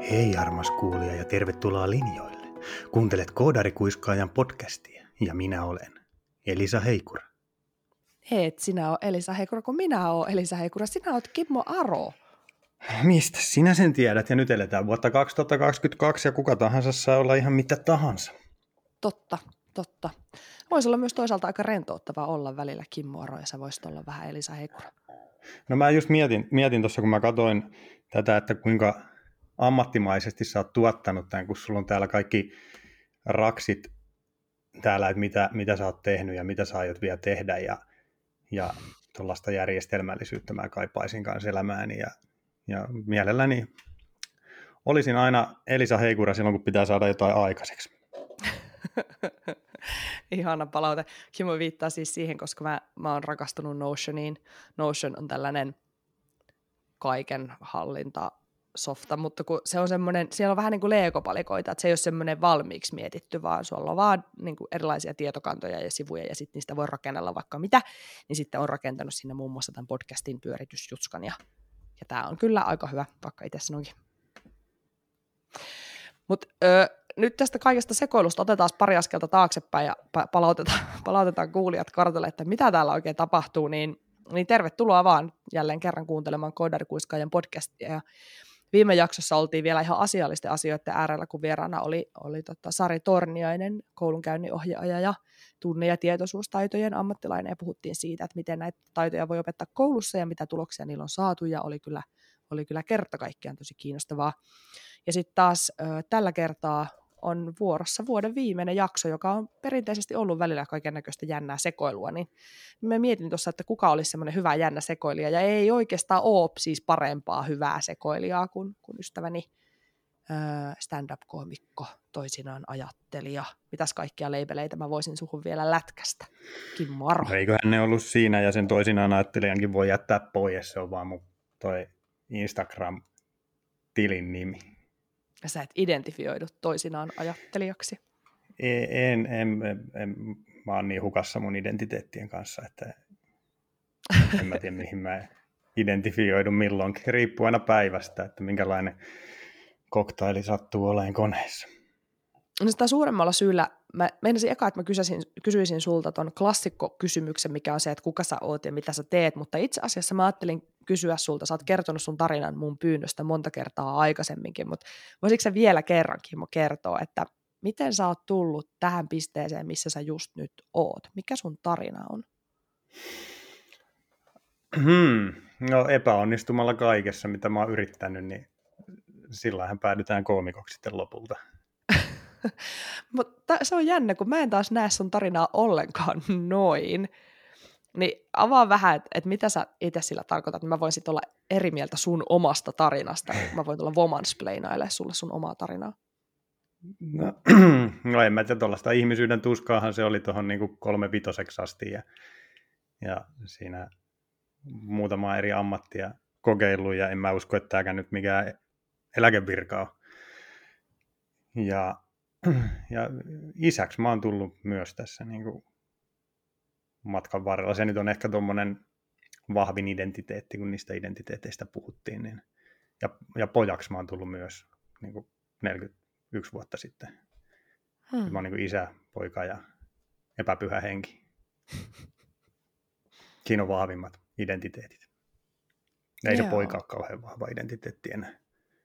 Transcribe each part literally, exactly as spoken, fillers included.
Hei armas kuulija ja tervetuloa linjoille. Kuuntelet Koodarikuiskaajan podcastia ja minä olen Elisa Heikura. Et sinä ole Elisa Heikura, kun minä olen Elisa Heikura. Sinä olet Kimmo Aro. Mistä sinä sen tiedät? Ja nyt eletään vuotta kaksituhattakaksikymmentäkaksi ja kuka tahansa saa olla ihan mitä tahansa. Totta, totta. Voisi olla myös toisaalta aika rentouttavaa olla välillä Kimmo Aro ja sä voisit olla vähän Elisa Heikura. No mä just mietin, mietin tuossa, kun mä katsoin tätä, että kuinka ammattimaisesti sä oot tuottanut tämän, kun sulla on täällä kaikki raksit täällä, että mitä, mitä sä oot tehnyt ja mitä sä aiot vielä tehdä ja, ja tuollaista järjestelmällisyyttä mä kaipaisin kanssa elämääni ja, ja mielelläni olisin aina Elisa Heikura silloin, kun pitää saada jotain aikaiseksi. Ihana palaute. Kimmo viittaa siis siihen, koska mä, mä oon rakastunut Notioniin. Notion on tällainen kaiken hallinta softa, mutta kun se on semmoinen, siellä on vähän niin kuin Lego-palikoita, että se ei ole semmoinen valmiiksi mietitty, vaan sulla on vaan niin kuin erilaisia tietokantoja ja sivuja, ja sitten niistä voi rakennella vaikka mitä, niin sitten on rakentanut sinne muun muassa tämän podcastin pyöritysjutskan, ja, ja tämä on kyllä aika hyvä, vaikka itse sanoinkin. Mutta nyt tästä kaikesta sekoilusta otetaan pari askelta taaksepäin, ja palautetaan, palautetaan kuulijat kartalle, että mitä täällä oikein tapahtuu, niin, niin tervetuloa vaan jälleen kerran kuuntelemaan Koodarikuiskaajan podcastia, ja viime jaksossa oltiin vielä ihan asiallisten asioiden äärellä, kun vieraana oli, oli tota Sari Torniainen, koulunkäynninohjaaja ja tunne- ja tietoisuustaitojen ammattilainen, ja puhuttiin siitä, että miten näitä taitoja voi opettaa koulussa ja mitä tuloksia niillä on saatu, ja oli kyllä, oli kyllä kerta kaikkiaan tosi kiinnostavaa. Ja sitten taas ö, tällä kertaa on vuorossa vuoden viimeinen jakso, joka on perinteisesti ollut välillä kaikennäköistä jännää sekoilua, niin mä mietin tuossa, että kuka olisi semmoinen hyvä jännä sekoilija, ja ei oikeastaan ole siis parempaa hyvää sekoilijaa kuin, kuin ystäväni stand-up-koomikko, toisinaan ajattelija. Mitäs kaikkia leibeleitä mä voisin suhun vielä lätkästä? Kimmo Aro. Eiköhän ne ollut siinä, ja sen toisinaan ajattelijankin voi jättää pois, se on vaan mun toi Instagram-tilin nimi. Ja sä et identifioidu toisinaan ajattelijaksi. En, en, en, en, mä oon niin hukassa mun identiteettien kanssa, että en mä tiedä mihin mä identifioidun milloinkin. Riippuu aina päivästä, että minkälainen koktaili sattuu olemaan koneessa. No sitä suuremmalla syyllä, mä meinasin eka, että mä kysyisin, kysyisin sulta ton klassikkokysymyksen, mikä on se, että kuka sä oot ja mitä sä teet, mutta itse asiassa mä ajattelin kysyä sulta, sä oot kertonut sun tarinan mun pyynnöstä monta kertaa aikaisemminkin, mutta voisitko sä vielä kerran, Kimmo, kertoa, että miten sä oot tullut tähän pisteeseen, missä sä just nyt oot? Mikä sun tarina on? Hmm. No epäonnistumalla kaikessa, mitä mä oon yrittänyt, niin sillähän päädytään koomikoksi sitten lopulta. Mutta se on jännä, kun mä en taas näe sun tarinaa ollenkaan noin. Niin avaa vähän, että et mitä sä itse sillä tarkoitat. Mä voin sitten olla eri mieltä sun omasta tarinasta. Mä voin tulla womansplainailemaan sulle sun omaa tarinaa. No, no en mä tiedä, tuollaista ihmisyyden tuskaahan se oli tuohon niin kolme vitoseksi asti. Ja, ja siinä muutama eri ammattia kokeillut, ja en mä usko, että tämäkään nyt mikään eläkevirka on. Ja, ja isäksi mä oon tullut myös tässä niin kuin matkan varrella. Se nyt on ehkä tuommoinen vahvin identiteetti, kun niistä identiteeteistä puhuttiin. Niin. Ja, ja pojaksi mä oon tullut myös niin kuin neljäkymmentäyksi vuotta sitten. Hmm. Mä oon niin kuin isä, poika ja epäpyhä henki. Siinä on vahvimmat identiteetit. Ei Joo. se poika ole kauhean vahva identiteetti enää.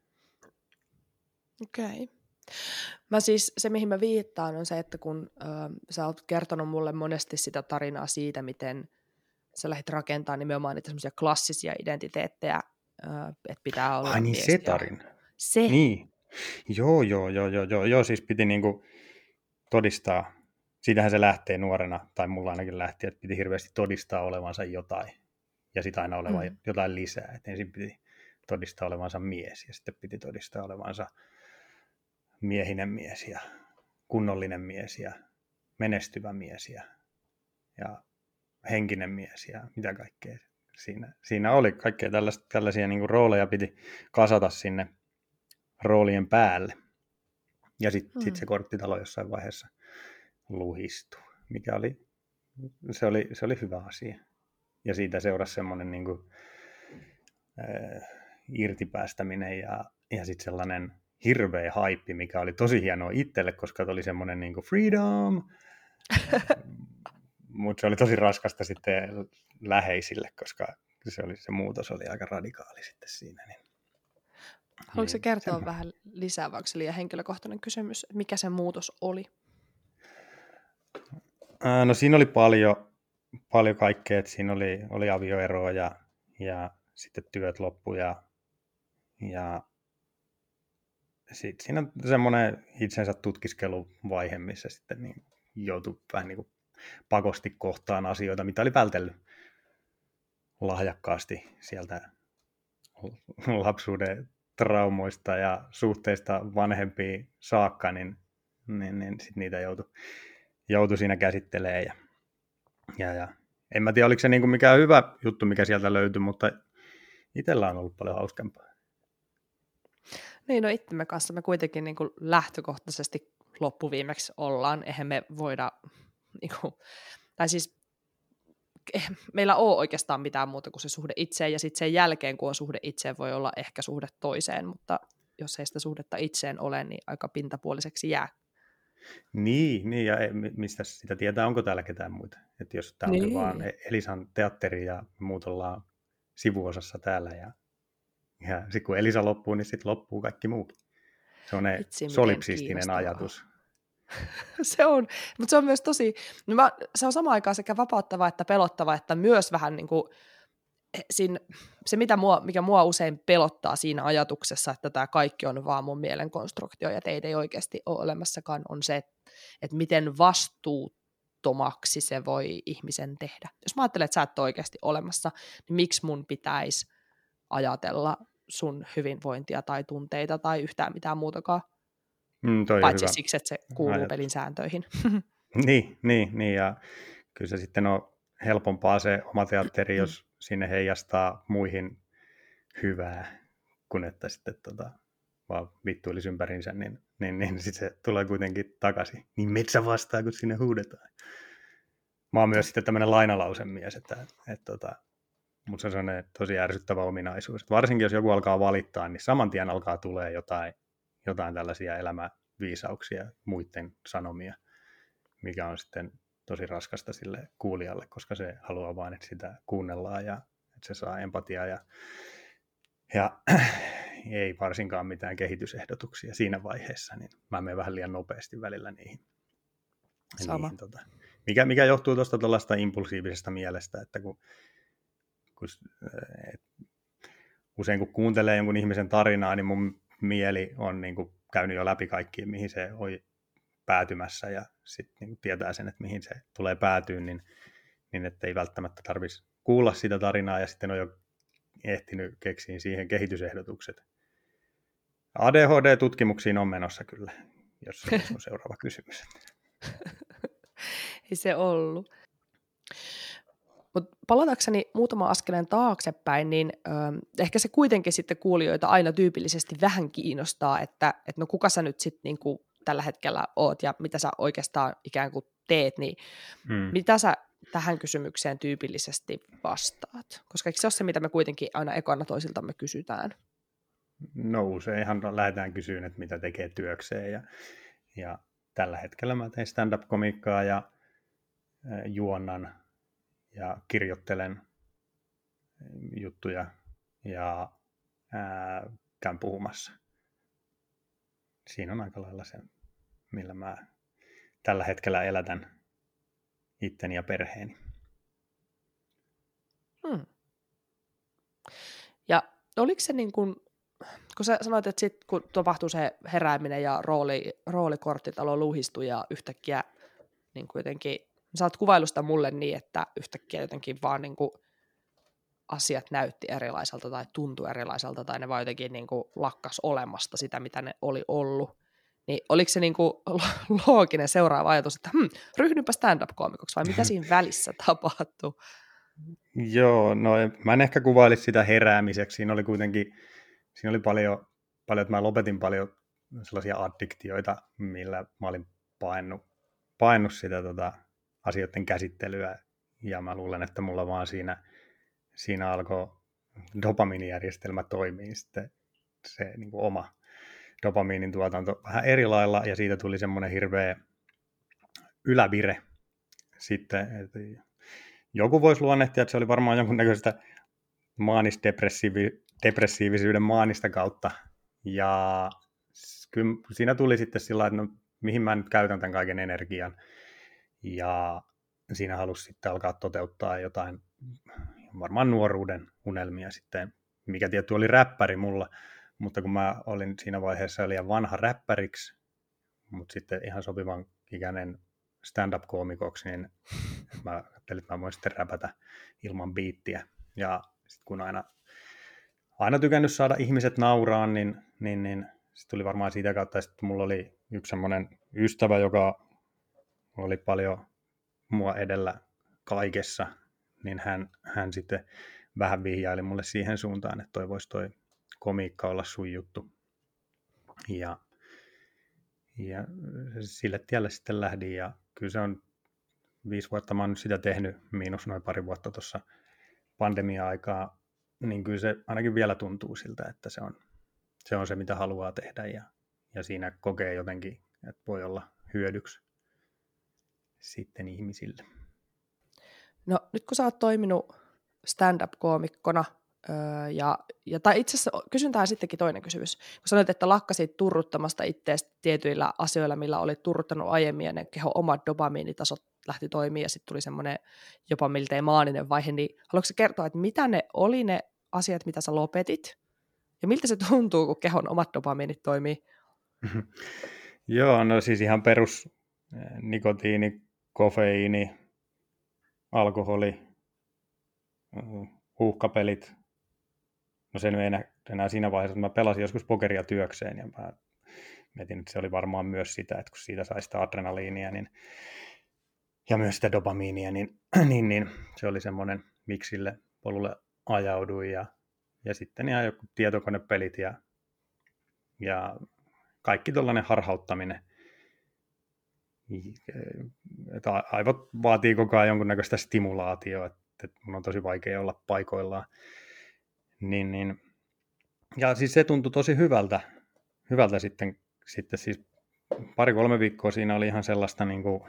Okei. Okay. Mä siis, se mihin mä viittaan on se, että kun ö, sä oot kertonut mulle monesti sitä tarinaa siitä, miten sä lähdit rakentamaan nimenomaan niitä semmoisia klassisia identiteettejä, ö, että pitää olla Ai niin, mies se ja... tarina. Se. Niin. Joo, joo, joo, joo, joo, joo, siis piti niinku todistaa, siitähän se lähtee nuorena, tai mulla ainakin lähti, että piti hirveästi todistaa olevansa jotain, ja sitten aina olevan mm. jotain lisää, että ensin piti todistaa olevansa mies, ja sitten piti todistaa olevansa miehinen mies, ja kunnollinen mies, ja menestyvä mies, ja, ja henkinen mies, ja mitä kaikkea siinä, siinä oli, kaikkea tällaisia, tällaisia niin kuin rooleja piti kasata sinne roolien päälle. Ja sitten hmm. sit se korttitalo jossain vaiheessa luhistui, mikä oli, se oli, se oli hyvä asia. Ja siitä seurasi semmoinen niin kuin, äh, irtipäästäminen ja, ja sitten sellainen hirveä haippi, mikä oli tosi hienoa itselle, koska oli semmoinen niin kuin freedom, mutta se oli tosi raskasta sitten läheisille, koska se, oli, se muutos oli aika radikaali sitten siinä. Niin, Haluatko niin, kertoa semmoinen. vähän lisää, vaikka se liian henkilökohtainen kysymys, mikä se muutos oli? No siinä oli paljon, paljon kaikkea, että siinä oli, oli avioeroa ja, ja sitten työt loppu ja, ja sitten siinä on semmoinen itsensä tutkiskeluvaihe, missä sitten niin joutui vähän niin kuin pakosti kohtaan asioita, mitä oli vältellyt lahjakkaasti sieltä lapsuuden traumoista ja suhteista vanhempiin saakka, niin, niin, niin sit niitä joutui, joutui siinä käsittelemään. Ja, ja, ja en mä tiedä, oliko se niin kuin mikään hyvä juttu, mikä sieltä löytyi, mutta itsellä on ollut paljon hauskempaa. Niin, no itsemme kanssa me kuitenkin niin kuin lähtökohtaisesti loppuviimeksi ollaan. Eihän me voida, niin kuin, tai siis meillä ole oikeastaan mitään muuta kuin se suhde itseen, ja sitten sen jälkeen, kun on suhde itseen, voi olla ehkä suhde toiseen, mutta jos ei sitä suhdetta itseen ole, niin aika pintapuoliseksi jää. Niin, niin ja mistä sitä tietää, onko täällä ketään muita. Että jos tämä niin. onkin vaan Elisan teatteri ja muut ollaan sivuosassa täällä, ja, ja sitten kun Elisa loppuu, niin sitten loppuu kaikki muukin. Se on Itse, solipsistinen ajatus. Se on, mutta se on myös tosi, no mä, se on samaan aikaan sekä vapauttava että pelottava, että myös vähän niin kuin, siinä, se mitä mua, mikä mua usein pelottaa siinä ajatuksessa, että tämä kaikki on vaan mun mielen konstruktio ja teitä ei oikeasti ole olemassakaan, on se, että, että miten vastuuttomaksi se voi ihmisen tehdä. Jos mä ajattelen, että sä et ole oikeasti olemassa, niin miksi mun pitäisi ajatella sun hyvinvointia tai tunteita tai yhtään mitään muutakaan? Mm, paitsi siksi, että se kuuluu ajatus. Pelin sääntöihin. niin, niin, niin, ja kyllä se sitten on helpompaa se oma teatteri, jos sinne heijastaa muihin hyvää, kun että sitten tota, vaan vittuilisi ympärinsä, niin, niin, niin sitten se tulee kuitenkin takaisin. Niin metsä vastaa, kun sinne huudetaan. Mä oon myös sitten tämmöinen lainalausemies, että, että, että, että mutta se on sellainen tosi ärsyttävä ominaisuus. Että varsinkin jos joku alkaa valittaa, niin saman tien alkaa tulee jotain, jotain tällaisia elämäviisauksia, muiden sanomia, mikä on sitten tosi raskasta sille kuulijalle, koska se haluaa vain, että sitä kuunnellaan ja että se saa empatiaa ja, ja ei varsinkaan mitään kehitysehdotuksia siinä vaiheessa, niin mä menen vähän liian nopeasti välillä niihin. Sama. niihin tota, mikä, mikä johtuu tuosta tuollaista impulsiivisesta mielestä, että kun, kun et, usein kun kuuntelee jonkun ihmisen tarinaa, niin mun mieli on niin kuin käynyt jo läpi kaikkiin, mihin se on päätymässä ja sitten niin tietää sen, että mihin se tulee päätyä, niin, niin että ei välttämättä tarvitsisi kuulla sitä tarinaa ja sitten on jo ehtinyt keksiä siihen kehitysehdotukset. A D H D-tutkimuksiin on menossa kyllä, jos se on seuraava kysymys. Ei se ollut. Mutta palatakseni muutama askeleen taaksepäin, niin ö, ehkä se kuitenkin sitten kuulijoita aina tyypillisesti vähän kiinnostaa, että et no kuka sä nyt sitten niinku tällä hetkellä oot ja mitä sä oikeastaan ikään kuin teet, niin hmm. mitä sä tähän kysymykseen tyypillisesti vastaat? Koska eikö se ole se, mitä me kuitenkin aina ekana toisiltamme kysytään? No useinhan lähdetään kysyyn, että mitä tekee työkseen ja, ja tällä hetkellä mä teen stand-up-komiikkaa ja äh, juonnan ja kirjoittelen juttuja ja ää, käyn puhumassa. Siinä on aika lailla se, millä mä tällä hetkellä elätän itteni ja perheeni. Hmm. Ja oliko se niin kuin, kun sä sanoit, että sit kun tapahtuu se herääminen ja rooli, roolikorttitalo luhistuu ja yhtäkkiä niin kuitenkin, sä oot kuvailusta mulle niin, että yhtäkkiä jotenkin vaan niin kuin asiat näytti erilaiselta tai tuntui erilaiselta tai ne vaan jotenkin niin kuin lakkas olemasta sitä, mitä ne oli ollut. Niin oliko se niin kuin looginen seuraava ajatus, että hm, ryhdypä stand-up-koomikoksi vai mitä siinä välissä tapahtui? Joo, no mä en ehkä kuvailisi sitä heräämiseksi. Siinä oli kuitenkin, siinä oli paljon, paljon että mä lopetin paljon sellaisia addiktioita, millä mä olin painut, painut sitä tota, asioiden käsittelyä. Ja mä luulen, että mulla vaan siinä, siinä alkoi dopamiinijärjestelmä toimii sitten se niin kuin oma, dopamiinin tuotanto vähän eri lailla, ja siitä tuli semmoinen hirveä ylävire sitten. Että joku voisi luonnehtia, että se oli varmaan jonkunnäköistä maanis-depressiivisyyden maanista kautta, ja kyllä siinä tuli sitten sillä että no, mihin mä nyt käytän tämän kaiken energian, ja siinä halusi sitten alkaa toteuttaa jotain varmaan nuoruuden unelmia sitten, mikä tietty oli räppäri mulla, mutta kun mä olin siinä vaiheessa liian vanha räppäriksi, mutta sitten ihan sopivan ikäinen stand-up-koomikoksi, niin mä ajattelin, että mä voin sitten räpätä ilman biittiä. Ja sitten kun aina, aina tykännyt saada ihmiset nauraan, niin, niin, niin sitten tuli varmaan siitä kautta, että mulla oli yksi semmoinen ystävä, joka oli paljon mua edellä kaikessa, niin hän, hän sitten vähän vihjaili mulle siihen suuntaan, että toi voisi toi komiikka olla sun juttu. Ja, ja sille tielle sitten lähdin, ja kyllä se on viisi vuotta mä oon nyt sitä tehnyt, miinus noin pari vuotta tuossa pandemia-aikaa, niin kyllä se ainakin vielä tuntuu siltä, että se on se, on se mitä haluaa tehdä, ja, ja siinä kokee jotenkin, että voi olla hyödyksi sitten ihmisille. No nyt kun sä oot toiminut stand-up-koomikkona, öö, ja, ja tai itse asiassa kysyn tähän sittenkin toinen kysymys. Kun sanoit, että lakkasit turruttamasta itseäsi tietyillä asioilla, millä olit turruttanut aiemmin, ja ne kehon omat dopamiinitasot lähti toimimaan, ja sitten tuli semmoinen jopa miltei maaninen vaihe, niin haluatko sä kertoa, että mitä ne oli ne asiat, mitä sä lopetit, ja miltä se tuntuu, kun kehon omat dopamiinit toimii? Joo, no siis ihan perus nikotiini, kofeiini, alkoholi, huuhkapelit. No sen ei enää, enää siinä vaiheessa, että mä pelasin joskus pokeria työkseen, ja mä mietin, että se oli varmaan myös sitä, että kun siitä sai sitä adrenaliinia niin, ja myös sitä dopamiinia, niin, niin, niin se oli semmoinen, miksi sille polulle ajauduin, ja, ja sitten ihan joku tietokonepelit ja, ja kaikki tällainen harhauttaminen. Että aivot vaatii koko ajan jonkunnäköistä stimulaatioa, että mun on tosi vaikea olla paikoillaan. Niin, niin. Ja siis se tuntui tosi hyvältä, hyvältä sitten, sitten siis pari-kolme viikkoa siinä oli ihan sellaista niin kuin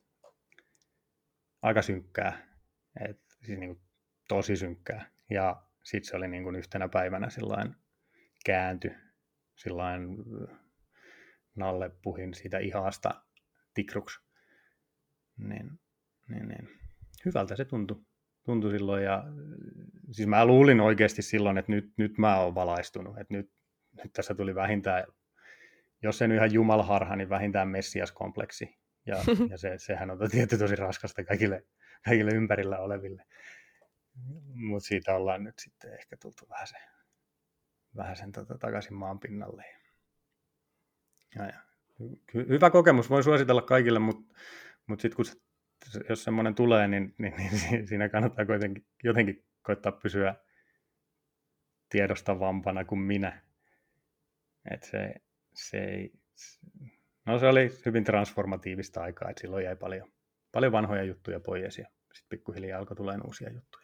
aika synkkää, et, siis niin kuin tosi synkkää. Ja sitten se oli niin kuin yhtenä päivänä sillain käänty, sillain Nalle puhin siitä ihasta tikruksi. Niin, niin, niin. Hyvältä se tuntui, tuntui silloin, ja siis mä luulin oikeasti silloin, että nyt, nyt mä oon valaistunut, että nyt, nyt tässä tuli vähintään, jos ei nyt ihan jumalharha, niin vähintään messiaskompleksi, ja, ja se, sehän on tietysti tosi raskasta kaikille, kaikille ympärillä oleville, mutta siitä ollaan nyt sitten ehkä tultu vähän sen, vähän sen tota, takaisin maan pinnalle. Ja, ja. Hyvä kokemus, voin suositella kaikille, mutta mut sitten kun se, jos semmoinen tulee, niin, niin, niin siinä kannattaa kuitenkin jotenkin koittaa pysyä tiedostavampana kuin minä. Et se, se, ei, no se oli hyvin transformatiivista aikaa, että silloin jäi paljon, paljon vanhoja juttuja pois, ja sitten pikkuhiljaa alkoi tulemaan uusia juttuja.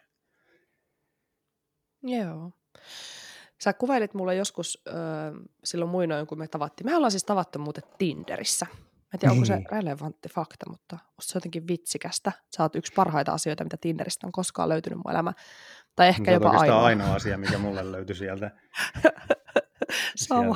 Joo. Sä kuvailit mulle joskus öö, silloin muinoin, kun me tavattiin. Me ollaan siis tavattu muuten Tinderissä. Mä en tiedä, onko se relevantti fakta, mutta musta se on jotenkin vitsikästä. Sä oot yksi parhaita asioita, mitä Tinderistä on koskaan löytynyt mun elämä. Tai ehkä jopa ainoa. Se on ainoa asia, mikä mulle löytyi sieltä. Sama.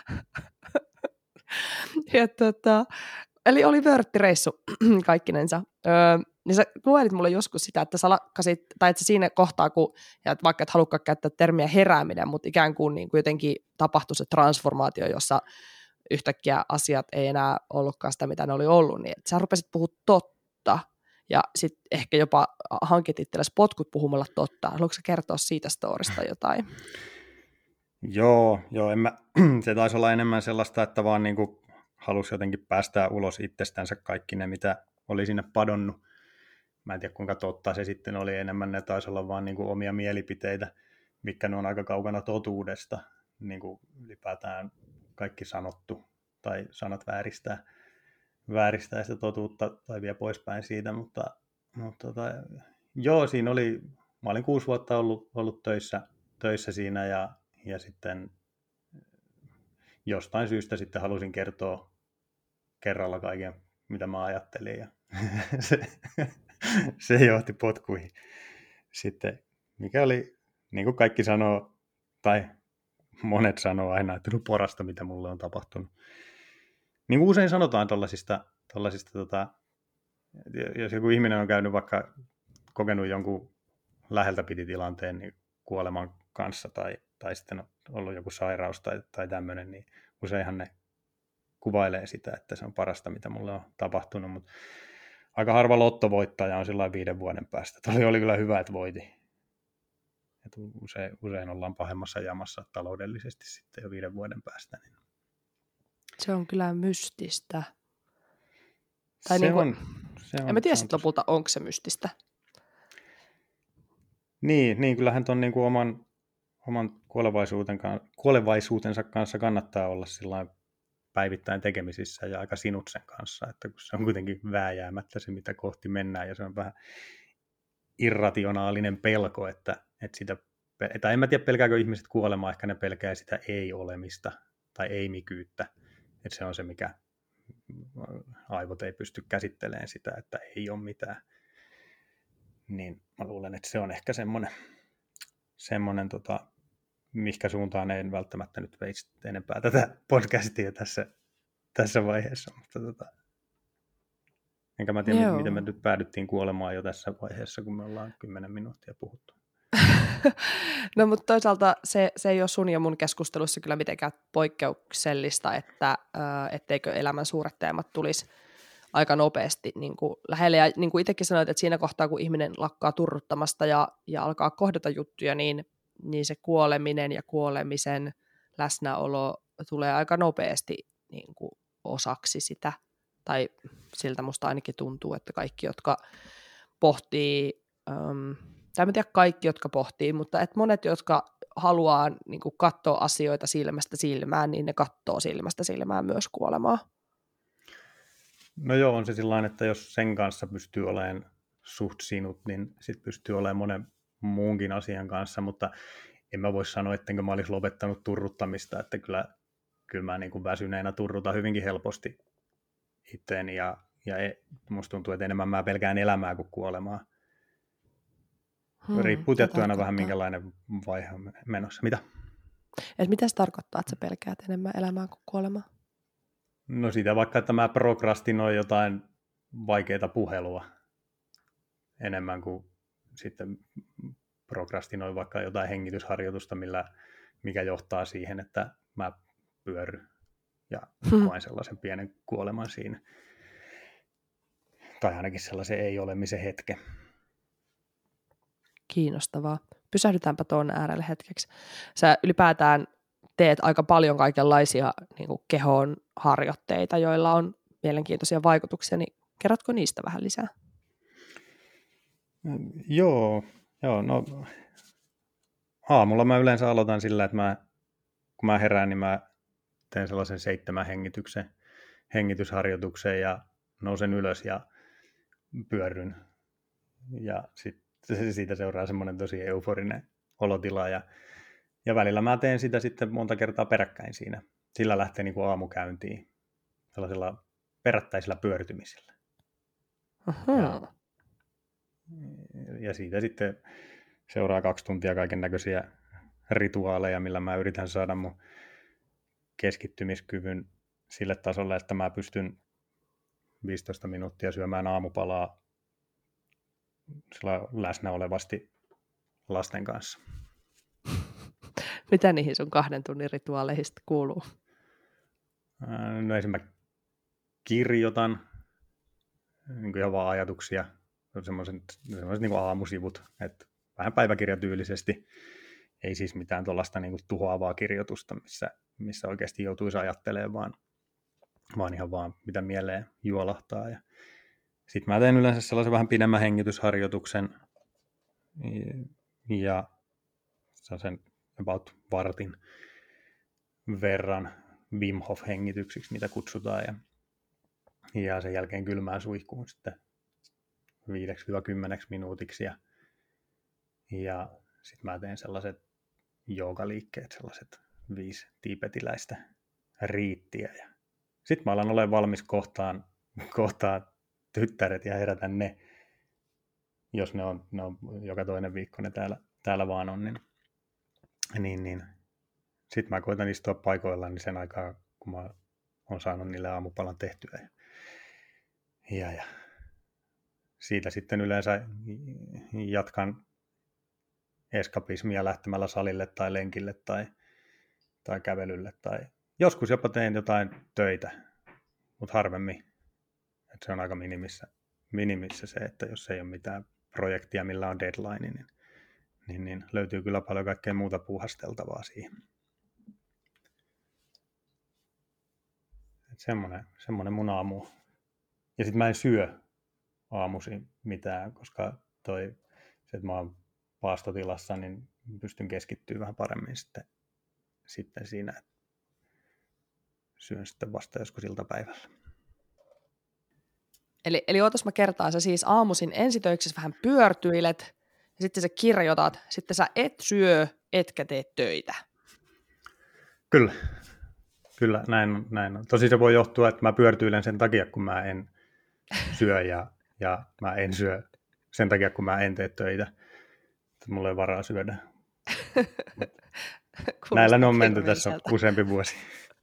ja, tota, eli oli vörttireissu kaikkinensa. Öö, niin sä kuvailit mulle joskus sitä, että sä lakkasit, tai että siinä kohtaa, kun, ja vaikka et halukkaan käyttää termiä herääminen, mutta ikään kuin, niin kuin jotenkin tapahtui se transformaatio, jossa yhtäkkiä asiat ei enää ollutkaan sitä, mitä ne oli ollut, niin että sä rupesit puhua totta, ja sitten ehkä jopa hankit itsellesi potkut puhumalla totta. Haluatko sä kertoa siitä storista jotain? Joo, joo en mä, se taisi olla enemmän sellaista, että vaan niin kuin halusi jotenkin päästää ulos itsestänsä kaikki ne, mitä oli sinne padonnut. Mä en tiedä, kuinka totta se sitten oli, enemmän ne taisi olla vaan niin kuin omia mielipiteitä, mitkä ne on aika kaukana totuudesta, niin kuin ylipäätään kaikki sanottu, tai sanat vääristää, vääristää sitä totuutta, tai vie poispäin siitä, mutta, mutta tota, joo, siinä oli, mä olin kuusi vuotta ollut, ollut töissä, töissä siinä, ja, ja sitten jostain syystä sitten halusin kertoa kerralla kaiken, mitä mä ajattelin, ja se, se johti potkuihin. Sitten, mikä oli, niin kuin kaikki sanoo, tai monet sanoo aina, että no parasta, mitä mulle on tapahtunut. Niin kuin usein sanotaan tollasista, tollasista tota, jos joku ihminen on käynyt vaikka kokenut jonkun läheltä piti tilanteen niin kuoleman kanssa, tai, tai sitten on ollut joku sairaus tai, tai tämmöinen, niin useinhan ne kuvailee sitä, että se on parasta, mitä mulle on tapahtunut, mutta aika harva lottovoittaja on sillä viiden vuoden päästä. Toi oli kyllä hyvä, että voiti. Et usein, usein ollaan pahemmassa jamassa taloudellisesti sitten jo viiden vuoden päästä. Niin. Se on kyllä mystistä. Tai se niin kuin, on, se on, en mä tiedä se on lopulta, onko se mystistä. Niin, niin kyllähän tuon niin kuin oman, oman kuolevaisuuden, kuolevaisuutensa kanssa kannattaa olla sillain päivittäin tekemisissä ja aika sinut sen kanssa, että kun se on kuitenkin vääjäämättä se, mitä kohti mennään, ja se on vähän irrationaalinen pelko, että, että sitä, tai en mä tiedä, pelkääkö ihmiset kuolemaa, ehkä ne pelkää sitä ei-olemista tai ei-mikyyttä, että se on se, mikä aivot ei pysty käsittelemään sitä, että ei ole mitään. Niin mä luulen, että se on ehkä semmoinen, semmoinen tota, mihinkä suuntaan ei välttämättä nyt veisi enempää tätä podcastia tässä, tässä vaiheessa, mutta tota, enkä mä tiedä, Joo. miten me nyt päädyttiin kuolemaan jo tässä vaiheessa, kun me ollaan kymmenen minuuttia puhuttu. No mutta toisaalta se, se ei ole sun ja mun keskustelussa kyllä mitenkään poikkeuksellista, että äh, etteikö elämän suuret teemat tulisi aika nopeasti niin kuin lähelle. Ja niin kuin itsekin sanoit, että siinä kohtaa, kun ihminen lakkaa turruttamasta ja, ja alkaa kohdata juttuja, niin, niin se kuoleminen ja kuolemisen läsnäolo tulee aika nopeasti niin kuin osaksi sitä. Tai siltä musta ainakin tuntuu, että kaikki, jotka pohtii, um, tai en tiedä kaikki, jotka pohtii, mutta että monet, jotka haluaa niin kuin katsoa asioita silmästä silmään, niin ne katsoo silmästä silmään myös kuolemaa. No joo, on se sillain, että jos sen kanssa pystyy olemaan suht sinut, niin sitten pystyy olemaan monen muunkin asian kanssa, mutta en mä voi sanoa, ettenkö mä olisi lopettanut turruttamista, että kyllä, kyllä mä niin kuin väsyneenä turrutan hyvinkin helposti itteeni, ja, ja e, musta tuntuu, että enemmän mä pelkään elämää kuin kuolemaa. Hmm, Riippuu tietty aina vähän minkälainen vaihe on menossa. Mitä? Et mitä se tarkoittaa, että sä pelkäät enemmän elämää kuin kuolemaa? No sitä vaikka, että mä prokrastinoin jotain vaikeaa puhelua enemmän kuin sitten prokrastinoin vaikka jotain hengitysharjoitusta, millä, mikä johtaa siihen, että mä pyörryn ja hmm. koen sellaisen pienen kuoleman siinä. Tai ainakin sellaisen ei-olemisen hetken. Kiinnostavaa. Pysähdytäänpä tuon äärelle hetkeksi. Sä ylipäätään teet aika paljon kaikenlaisia niin kuin kehon harjoitteita, joilla on mielenkiintoisia vaikutuksia, niin kerrotko niistä vähän lisää? Joo, joo no aamulla mä yleensä aloitan sillä, että mä, kun mä herään, niin mä teen sellaisen seitsemän hengityksen, hengitysharjoituksen ja nousen ylös ja pyörryn. Ja sitten siitä seuraa semmoinen tosi euforinen olotila. Ja, ja välillä mä teen sitä sitten monta kertaa peräkkäin siinä. Sillä lähtee niin kuin aamu käyntiin. Sellaisilla perättäisillä pyörtymisillä. Ja, ja siitä sitten seuraa kaksi tuntia kaiken näköisiä rituaaleja, millä mä yritän saada mun keskittymiskyvyn sille tasolle, että mä pystyn viisitoista minuuttia syömään aamupalaa sillä läsnä olevasti lasten kanssa. Mitä niihin sun kahden tunnin rituaaleihin kuuluu? No esimerkiksi kirjoitan niin kuin ihan vaan ajatuksia, semmoiset, semmoiset niin kuin aamusivut, että vähän päiväkirjatyylisesti, ei siis mitään tuollaista niin kuin tuhoavaa kirjoitusta, missä, missä oikeasti joutuisi ajattelemaan, vaan, vaan ihan vaan mitä mieleen juolahtaa. Ja sitten mä teen yleensä sellaisen vähän pidemmän hengitysharjoituksen ja sellaisen about vartin verran Wim Hof-hengityksiksi, mitä kutsutaan, ja, ja sen jälkeen kylmään suihkuun sitten viideksi kymmeneksi minuutiksi, ja, ja sitten mä teen sellaiset joogaliikkeet, sellaiset viisi tiibetiläistä riittiä. Sitten mä alan olemaan valmis kohtaan, kohtaan tyttäret ja herätän ne, jos ne on, ne on joka toinen viikko ne täällä, täällä vaan on. Niin, niin, niin. Sitten mä koitan istua paikoillaan niin sen aikaa, kun mä oon saanut niille aamupalan tehtyä. Ja, ja siitä sitten yleensä jatkan eskapismia lähtemällä salille tai lenkille tai, tai kävelylle. Tai joskus jopa teen jotain töitä, mutta harvemmin. Et se on aika minimissä, minimissä se, että jos ei ole mitään projektia, millä on deadline, niin, niin, niin löytyy kyllä paljon kaikkea muuta puuhasteltavaa siihen. Et semmoinen, semmoinen mun aamu. Ja sitten mä en syö aamuisin mitään, koska toi, se, että mä oon paastotilassa, niin pystyn keskittyä vähän paremmin sitten, sitten siinä, että syön sitten vasta joskus iltapäivällä. Eli, eli ootas mä kertaan, sä siis aamuisin ensitöiksessä vähän pyörtyilet, ja sitten sä kirjoitat, sitten sä et syö, etkä tee töitä. Kyllä, kyllä näin, näin on. Tosi se voi johtua, että mä pyörtyilen sen takia, kun mä en syö, ja, ja mä en syö sen takia, kun mä en tee töitä. Että mulla ei varaa syödä. Näillä ne on menty tässä useampi vuosi.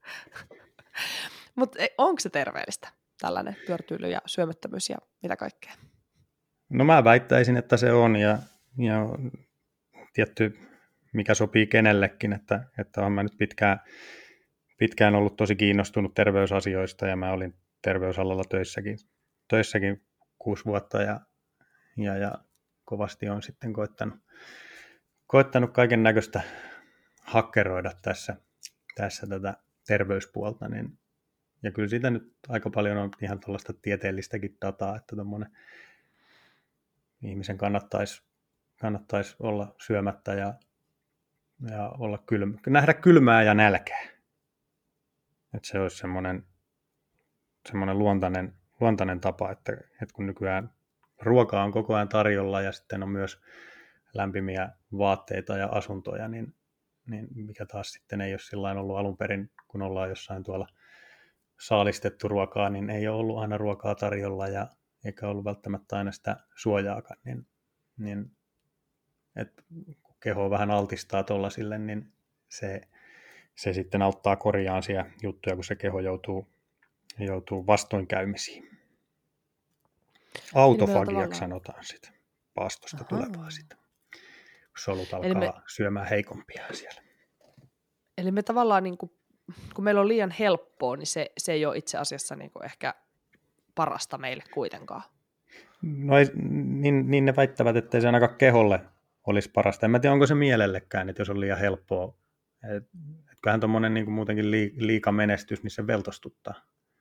Mutta onko se terveellistä, tällainen pyörtyily ja syömättömyys ja mitä kaikkea? No mä väittäisin, että se on, ja, ja tietty mikä sopii kenellekin, että, että olen mä nyt pitkään, pitkään ollut tosi kiinnostunut terveysasioista, ja mä olin terveysalalla töissäkin, töissäkin kuusi vuotta, ja, ja, ja kovasti on sitten koettanut, koettanut kaiken näköistä hakkeroida tässä, tässä tätä terveyspuolta, niin, ja kyllä siitä nyt aika paljon on ihan tällaista tieteellistäkin dataa, että tuommoinen ihmisen kannattaisi, kannattaisi olla syömättä ja, ja olla kylmä, nähdä kylmää ja nälkää. Että se olisi semmoinen, semmoinen luontainen, luontainen tapa, että, että kun nykyään ruokaa on koko ajan tarjolla ja sitten on myös lämpimiä vaatteita ja asuntoja, niin, niin mikä taas sitten ei ole sillain ollut alun perin, kun ollaan jossain tuolla saalistettu ruokaa, niin ei ole ollut aina ruokaa tarjolla ja eikä ollut välttämättä aina sitä suojaakaan, niin, niin että kun keho vähän altistaa tuollaisille, niin se, se sitten auttaa korjaansia juttuja, kun se keho joutuu, joutuu vastoinkäymisiin. Autofagiaksi sanotaan sitä, paastosta Aha. tulevaa sitä, kun solut alkaa me, syömään heikompia siellä. Eli me tavallaan, niin kuin, kun meillä on liian helppoa, niin se, se ei ole itse asiassa niin kuin ehkä parasta meille kuitenkaan. No ei, niin, niin ne väittävät, että se ainakaan keholle olisi parasta. En mä tiedä, onko se mielellekään, että jos on liian helppoa. Et, et kyllähän tuommoinen niin muutenkin liika menestys, niin se veltostuttaa.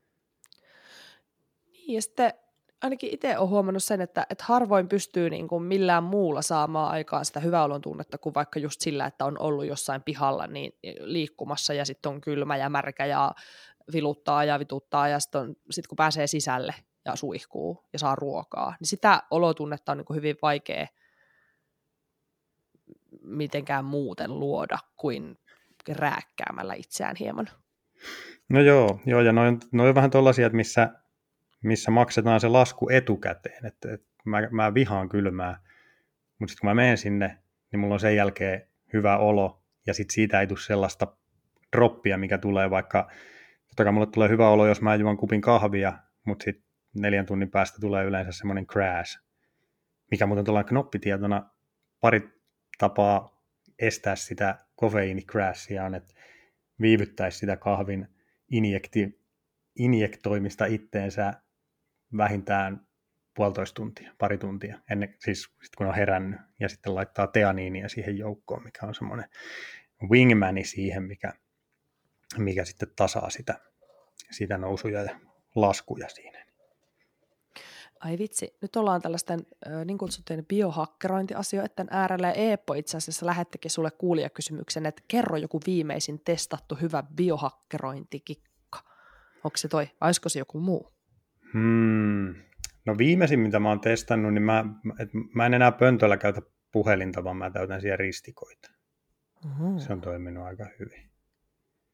Niin, ja sitten ainakin itse olen huomannut sen, että, että harvoin pystyy niin kuin millään muulla saamaan aikaan sitä hyvää olon tunnetta kuin vaikka just sillä, että on ollut jossain pihalla niin liikkumassa ja sitten on kylmä ja märkä ja viluttaa ja vituttaa ja sitten sit kun pääsee sisälle ja suihkuu ja saa ruokaa, niin sitä olotunnetta on niin kuin hyvin vaikea mitenkään muuten luoda kuin rääkkäämällä itseään hieman. No joo, joo ja noin noi on vähän tollaisia, että missä, missä maksetaan se lasku etukäteen. Että, että mä, mä vihaan kylmää, mutta sitten kun mä menen sinne, niin mulla on sen jälkeen hyvä olo ja sitten siitä ei tule sellaista droppia, mikä tulee vaikka, totta kai mulle tulee hyvä olo, jos mä juon kupin kahvia, mutta sitten neljän tunnin päästä tulee yleensä semmoinen crash, mikä muuten tuollainen knoppitietona pari tapaa estää sitä kofeiinicrashia on, että viivyttäisi sitä kahvin injekti, injektoimista itteensä vähintään puolitoista tuntia, pari tuntia, ennen, siis sit kun on herännyt, ja sitten laittaa teaniinia siihen joukkoon, mikä on semmoinen wingmani siihen, mikä, mikä sitten tasaa sitä, sitä nousuja ja laskuja siinä. Ai vitsi, nyt ollaan tällaisten äh, niin kutsuttujen biohakkerointiasioiden äärellä, ja Eeppo itse asiassa lähettikin sulle kuulijakysymyksen, että kerro joku viimeisin testattu hyvä biohakkerointikikka. Onko se toi, vai olisiko se joku muu? Hmm. No viimeisin, mitä mä oon testannut, niin mä, et mä en enää pöntöllä käytä puhelinta, vaan mä täytän siellä ristikoita. Uhum. Se on toiminut aika hyvin.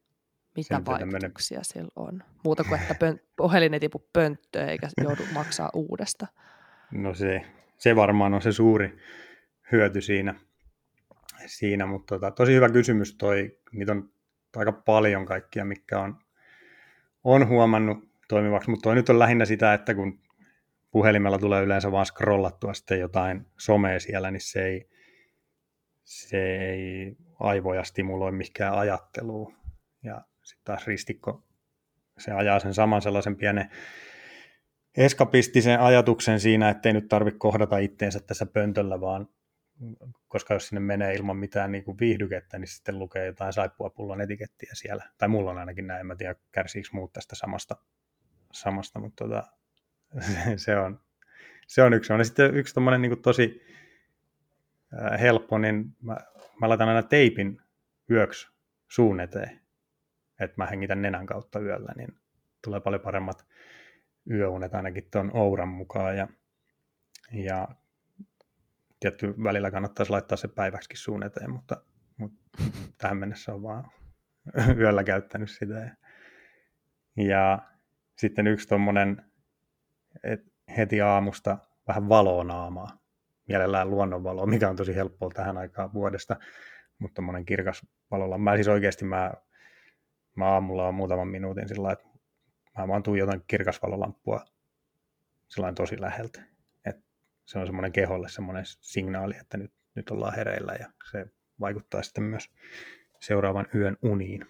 Mitä vaikutuksia sillä on? Muuta kuin, että pön- puhelin ei tipu pönttöön eikä joudu maksaa uudesta. No se, se varmaan on se suuri hyöty siinä, siinä mutta tota, tosi hyvä kysymys toi, niitä on aika paljon kaikkia, mitkä on, on huomannut toimivaksi, mutta toi nyt on lähinnä sitä, että kun puhelimella tulee yleensä vaan scrollattua sitten jotain somea siellä, niin se ei, se ei aivoja stimuloi mihinkään ajatteluun. Ja sitten taas ristikko, se ajaa sen saman sellaisen pienen eskapistisen ajatuksen siinä, ettei nyt tarvitse kohdata itteensä tässä pöntöllä, vaan koska jos sinne menee ilman mitään niin kuin viihdykettä, niin sitten lukee jotain saippuapullon etikettiä siellä. Tai mulla on ainakin näin, en mä tiedä kärsiikö muut tästä samasta, samasta mutta tota, se, on, se on yksi. On sitten yksi tommoinen niin kuin tosi helppo, niin mä, mä laitan aina teipin yöksi suun eteen, että mä hengitän nenän kautta yöllä, niin tulee paljon paremmat yöunet ainakin tuon Ouran mukaan. Ja, ja tietty välillä kannattaisi laittaa se päiväksikin suun eteen, mutta, mutta tähän mennessä on vaan yöllä käyttänyt sitä. Ja, ja sitten yksi tuommoinen heti aamusta vähän valoa naamaa, mielellään luonnonvaloa, mikä on tosi helppoa tähän aikaan vuodesta, mutta tuommoinen kirkas valolla. Mä siis oikeasti mä, mä aamulla on muutaman minuutin sillä että mä vaan tuijotan kirkasvalolamppua sellainen tosi läheltä. Et se on semmoinen keholle semmoinen signaali, että nyt, nyt ollaan hereillä ja se vaikuttaa sitten myös seuraavan yön uniin.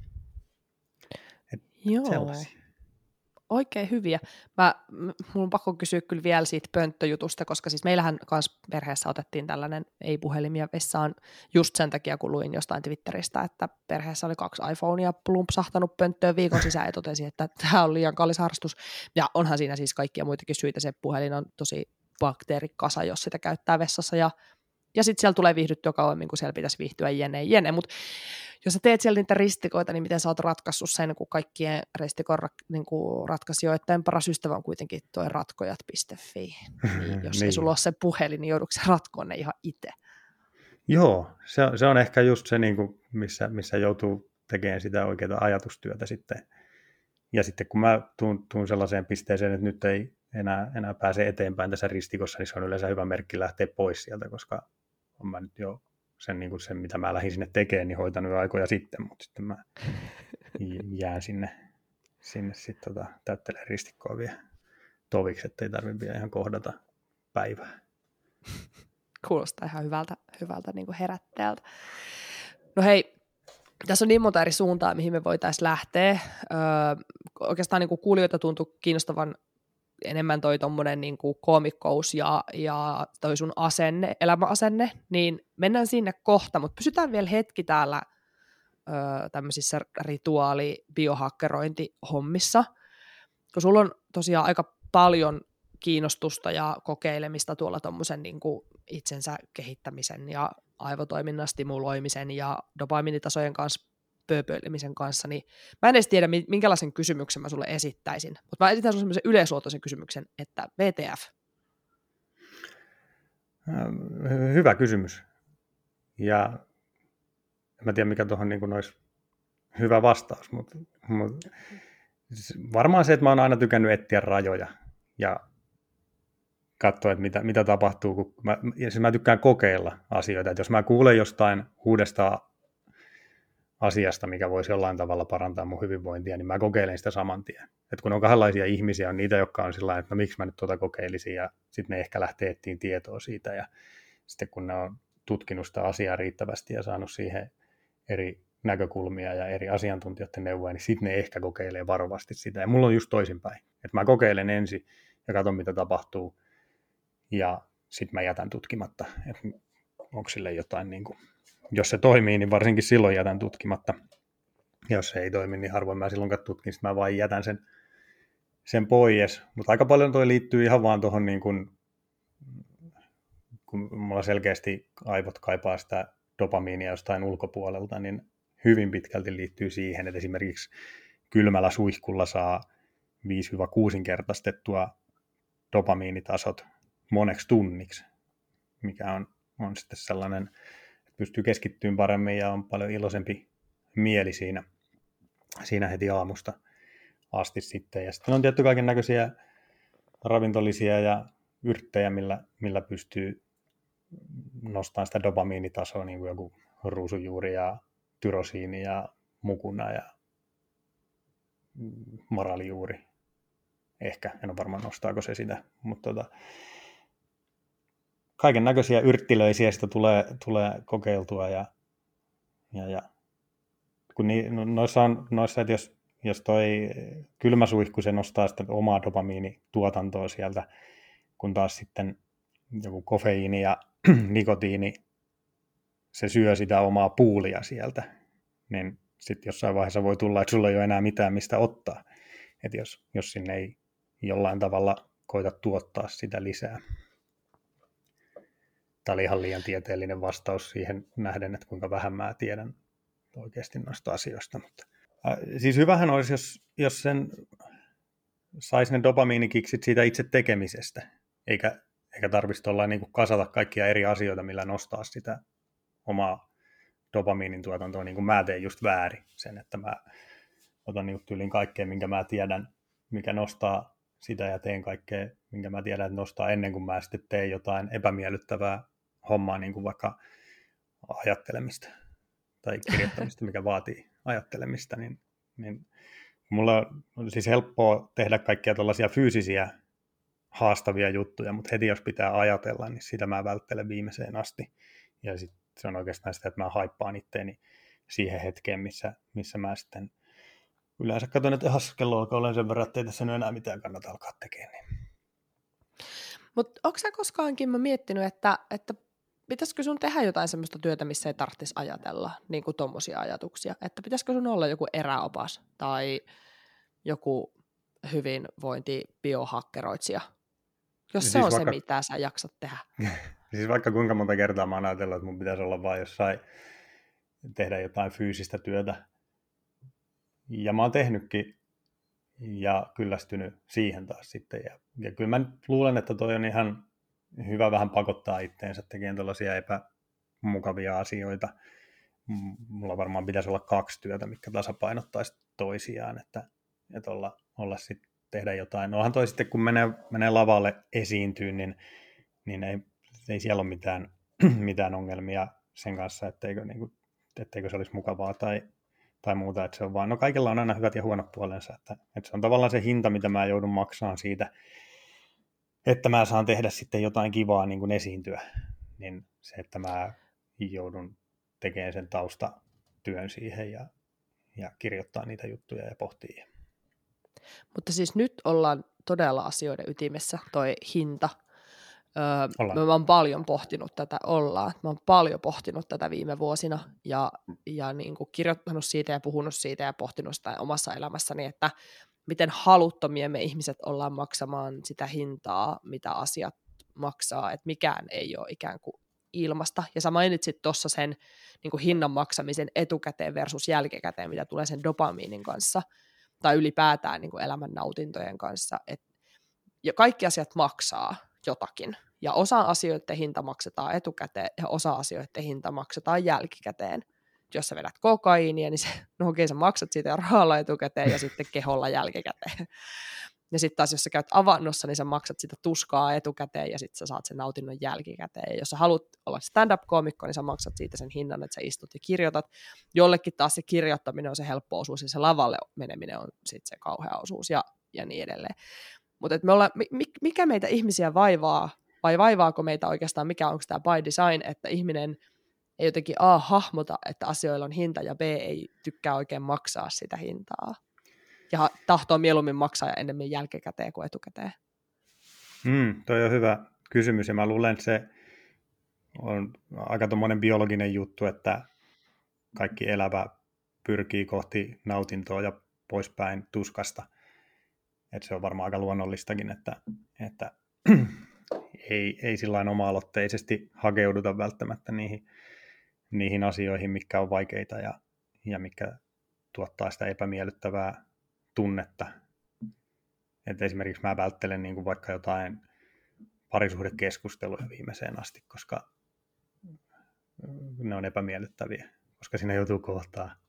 Et Joo. Sellaisia. Oikein hyviä. Mä, mun on pakko kysyä kyllä vielä siitä pönttöjutusta, koska siis meillähän kanssa perheessä otettiin tällainen ei-puhelimia vessaan just sen takia, kun luin jostain Twitteristä, että perheessä oli kaksi iPhonea plumpsahtanut pönttöön viikon sisään ja totesi, että tämä on liian kallis harrastus. Ja onhan siinä siis kaikkia muitakin syitä. Se puhelin on tosi bakteerikasa, jos sitä käyttää vessassa ja Ja sitten siellä tulee viihdyttyä kauemmin, kun siellä pitäisi viihtyä jene jene. Mutta jos sä teet siellä niitä ristikoita, niin miten sä oot ratkaissut sen, kun kaikkien ristikon niin ratkaisijoiden paras ystävä on kuitenkin toi ratkojat piste fi. Niin jos niin. ei sulla ole se puhelin, niin joudutko sä ratkoa ne ihan itse? Joo, se, se on ehkä just se, niin kuin missä, missä joutuu tekemään sitä oikeaa ajatustyötä sitten. Ja sitten kun mä tuun, tuun sellaiseen pisteeseen, että nyt ei enää, enää pääse eteenpäin tässä ristikossa, niin se on yleensä hyvä merkki lähteä pois sieltä, koska on mä nyt jo sen, niin kuin sen mitä mä lähdin sinne tekemään, niin hoitanut jo aikoja sitten, mutta sitten mä jään sinne, sinne sitten tota, täyttelemään ristikkoa vielä toviksi, ettei tarvitse vielä ihan kohdata päivää. Kuulostaa ihan hyvältä, hyvältä niin kuin herättäjältä. No hei, tässä on niin monta eri suuntaa, mihin me voitaisiin lähteä. Öö, oikeastaan niin kuin kuulijoita tuntui kiinnostavan enemmän toi tommonen niin kuin koomikkous ja, ja toi sun asenne, elämäasenne, niin mennään sinne kohta, mutta pysytään vielä hetki täällä öö, tämmöisissä rituaali-biohakkerointihommissa, kun sulla on tosiaan aika paljon kiinnostusta ja kokeilemista tuolla tommosen niin kuin itsensä kehittämisen ja aivotoiminnan stimuloimisen ja dopamiinitasojen kanssa pööpöilemisen kanssa, niin mä en edes tiedä, minkälaisen kysymyksen mä sulle esittäisin, mutta mä esitän sulle sellaisen yleisluotoisen kysymyksen, että W T F? Hyvä kysymys. Ja en mä tiedä, mikä tuohon niin olisi hyvä vastaus, mutta, mutta varmaan se, että mä oon aina tykännyt etsiä rajoja ja katsoa, että mitä, mitä tapahtuu, kun mä, ja siis mä tykkään kokeilla asioita, että jos mä kuulen jostain uudesta asiasta, mikä voisi jollain tavalla parantaa mun hyvinvointia, niin mä kokeilen sitä saman tien. Et kun on kahdenlaisia ihmisiä, on niitä, jotka on sillä että no miksi mä nyt tuota kokeilisin, ja sitten ne ehkä lähtee etsiin tietoa siitä, ja sitten kun ne on tutkinut sitä asiaa riittävästi ja saanut siihen eri näkökulmia ja eri asiantuntijoiden neuvoja, niin sitten ne ehkä kokeilee varovasti sitä. Ja mulla on just toisinpäin, että mä kokeilen ensin ja katson, mitä tapahtuu, ja sitten mä jätän tutkimatta, että onko sille jotain niin kuin jos se toimii, niin varsinkin silloin jätän tutkimatta. Jos se ei toimi, niin harvoin mä silloinkaan tutkin, sitten mä vain jätän sen, sen pois. Mutta aika paljon toi liittyy ihan vaan tuohon, niin kun, kun mulla selkeästi aivot kaipaa sitä dopamiinia jostain ulkopuolelta, niin hyvin pitkälti liittyy siihen, että esimerkiksi kylmällä suihkulla saa viisi kuusi-kertaistettua dopamiinitasot moneksi tunniksi, mikä on, on sitten sellainen pystyy keskittymään paremmin ja on paljon iloisempi mieli siinä. siinä heti aamusta asti sitten. Ja sitten on tietty kaiken näköisiä ravintolisia ja yrttejä, millä, millä pystyy nostamaan sitä dopamiinitasoa, niin kuin joku ruusunjuuri ja tyrosiini ja mukuna ja moralijuuri. Ehkä, en ole varmaan nostaako se sitä, mutta tota, kaiken näköisiä yrttilöisiä sitä tulee, tulee kokeiltua ja, ja, ja kun ni, no, noissa on, noissa, että jos, jos toi kylmäsuihku, se nostaa sitä omaa dopamiinituotantoa sieltä, kun taas sitten joku kofeiini ja nikotiini, se syö sitä omaa puulia sieltä, niin sitten jossain vaiheessa voi tulla, että sulla ei ole enää mitään mistä ottaa, että jos, jos sinne ei jollain tavalla koita tuottaa sitä lisää. Tämä oli ihan liian tieteellinen vastaus siihen nähden, että kuinka vähän mä tiedän oikeasti noista asioista. Mutta, äh, siis hyvähän olisi, jos, jos sen saisi ne dopamiinikiksit siitä itse tekemisestä, eikä, eikä tarvitsisi olla niin kuin kasata kaikkia eri asioita, millä nostaa sitä omaa dopamiinin tuotantoa, niin kuin mä teen just väärin sen, että mä otan niin tyyliin kaikkea, minkä mä tiedän, mikä nostaa sitä ja teen kaikkea, minkä mä tiedän, että nostaa ennen kuin mä sitten teen jotain epämiellyttävää hommaa, niin kuin vaikka ajattelemista tai kirjoittamista, mikä vaatii ajattelemista, niin, niin mulla on siis helppoa tehdä kaikkia tällaisia fyysisiä haastavia juttuja, mutta heti jos pitää ajatella, niin sitä mä välttelen viimeiseen asti. Ja sitten se on oikeastaan sitä, että mä haippaan itteeni siihen hetkeen, missä, missä mä sitten yleensä katson, että ehas kello alkaa olla sen verran, että ei tässä enää mitään kannata alkaa tekemään. Niin. Mutta onko sä koskaankin mä miettinyt, että, että pitäisikö sun tehdä jotain semmoista työtä, missä ei tarvitsisi ajatella niin kuin tommosia ajatuksia? Että pitäisikö sun olla joku eräopas tai joku hyvinvointi-biohakkeroitsija, jos siis se on vaikka se, mitä sä jaksat tehdä? Siis vaikka kuinka monta kertaa mä oon ajatellut, että mun pitäisi olla vaan jossain tehdä jotain fyysistä työtä. Ja mä oon tehnytkin ja kyllästynyt siihen taas sitten. Ja, ja kyllä mä luulen, että toi on ihan hyvä vähän pakottaa itteensä tekemään tällaisia epämukavia asioita. Mulla varmaan pitäisi olla kaksi työtä, mitkä tasapainottaisi toisiaan, että, että olla, olla sitten tehdä jotain. No onhan toi sitten, kun menee, menee lavalle esiintyy, niin, niin ei, ei siellä ole mitään, mitään ongelmia sen kanssa, etteikö, niin kuin, etteikö se olisi mukavaa tai, tai muuta. Että se on vaan, no kaikilla on aina hyvät ja huonot puolensa, että, että se on tavallaan se hinta, mitä mä joudun maksamaan siitä, että mä saan tehdä sitten jotain kivaa niin kuin esiintyä, niin se, että mä joudun tekemään sen taustatyön siihen ja, ja kirjoittaa niitä juttuja ja pohtia. Mutta siis nyt ollaan todella asioiden ytimessä, toi hinta. Öö, mä oon paljon pohtinut tätä, ollaan. Mä oon paljon pohtinut tätä viime vuosina ja, ja niin kuin kirjoittanut siitä ja puhunut siitä ja pohtinut sitä omassa elämässäni, että miten haluttomia me ihmiset ollaan maksamaan sitä hintaa, mitä asiat maksaa, että mikään ei ole ikään kuin ilmasta. Ja sä mainitsit tuossa sen niin kuin hinnan maksamisen etukäteen versus jälkikäteen, mitä tulee sen dopamiinin kanssa, tai ylipäätään niin kuin elämän nautintojen kanssa. Et, ja kaikki asiat maksaa jotakin. Ja osa asioiden hinta maksetaan etukäteen, ja osa asioiden hinta maksetaan jälkikäteen. Jos sä vedät kokaiinia, niin se, no okei, sä maksat siitä jo rahalla etukäteen ja sitten keholla jälkikäteen. Ja sitten taas, jos sä käyt avannossa, niin sä maksat sitä tuskaa etukäteen ja sitten sä saat sen nautinnon jälkikäteen. Ja jos sä haluat olla stand-up-koomikko, niin sä maksat siitä sen hinnan, että sä istut ja kirjoitat. Jollekin taas se kirjoittaminen on se helppo osuus ja se lavalle meneminen on sitten se kauhea osuus ja, ja niin edelleen. Mutta me ollaan, mikä meitä ihmisiä vaivaa, vai vaivaako meitä oikeastaan, mikä onko tämä by design, että ihminen ei jotenkin A hahmota, että asioilla on hinta, ja B ei tykkää oikein maksaa sitä hintaa. Ja tahtoo mieluummin maksaa enemmän jälkikäteen kuin etukäteen. Mm, toi on hyvä kysymys, ja mä luulen, että se on aika tommoinen biologinen juttu, että kaikki elävä pyrkii kohti nautintoa ja poispäin tuskasta. Että se on varmaan aika luonnollistakin, että, että ei, ei sillain oma-aloitteisesti hakeuduta välttämättä niihin, niihin asioihin, mitkä on vaikeita ja, ja mitkä tuottaa sitä epämiellyttävää tunnetta. Että esimerkiksi mä välttelen niin kuin vaikka jotain parisuhdekeskusteluja viimeiseen asti, koska ne on epämiellyttäviä, koska siinä joutuu kohtaa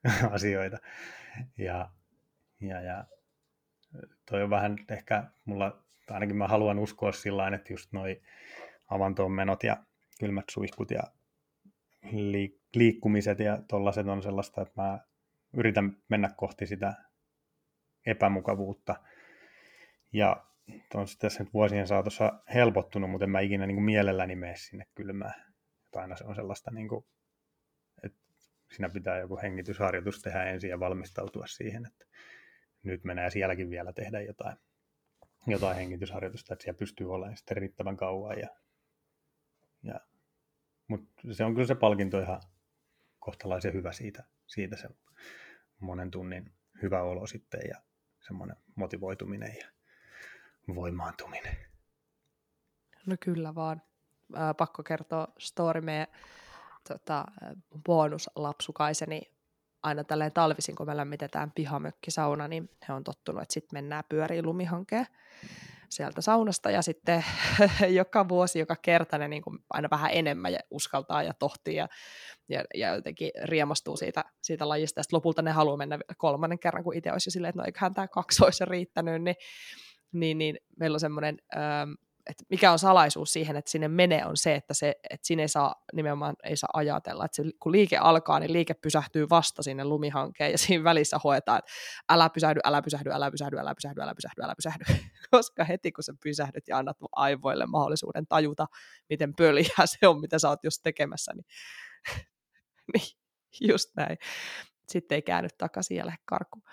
asioita. Ja, ja, ja toi on vähän ehkä mulla, ainakin mä haluan uskoa sillain, että just noi avantoon menot ja kylmät suihkut ja liik- liikkumiset ja tollaset on sellaista, että mä yritän mennä kohti sitä epämukavuutta. Ja on sitten tässä nyt vuosien saatossa helpottunut, mutta en mä ikinä niin kuin mielelläni mene sinne kylmään. Että aina se on sellaista, niin kuin, että siinä pitää joku hengitysharjoitus tehdä ensin ja valmistautua siihen, että nyt menee sielläkin vielä tehdä jotain, jotain hengitysharjoitusta, että siellä pystyy olemaan sitten riittävän kauan. Ja, ja, mutta se on kyllä se palkinto ihan kohtalaisen hyvä siitä, siitä se monen tunnin hyvä olo sitten ja semmoinen motivoituminen ja voimaantuminen. No kyllä vaan. Ää, pakko kertoa story meidän tota, bonuslapsukaiseni. Aina tälleen talvisin, kun me lämmitetään pihamökkisauna, niin he on tottunut, että sitten mennään pyöriin lumihankeen sieltä saunasta ja sitten joka vuosi, joka kerta ne niin kuin aina vähän enemmän ja uskaltaa ja tohtii ja, ja, ja jotenkin riemastuu siitä, siitä lajista. Ja sitten lopulta ne haluaa mennä kolmannen kerran, kun itse olisi jo silleen, että no eiköhän tämä kaksi olisi riittänyt, niin, niin, niin meillä on semmoinen, ähm, että mikä on salaisuus siihen, että sinne menee on se, että, se, että sinne ei saa, nimenomaan ei saa ajatella, että se, kun liike alkaa, niin liike pysähtyy vasta sinne lumihankeen ja siinä välissä hoetaan, että älä pysähdy, älä pysähdy, älä pysähdy, älä pysähdy, älä pysähdy, älä pysähdy, koska heti kun sä pysähdyt ja annat aivoille mahdollisuuden tajuta, miten pöliä se on, mitä sä oot just tekemässä, niin, niin just näin. Sitten ei käänny takaisin ja lähde karkuun.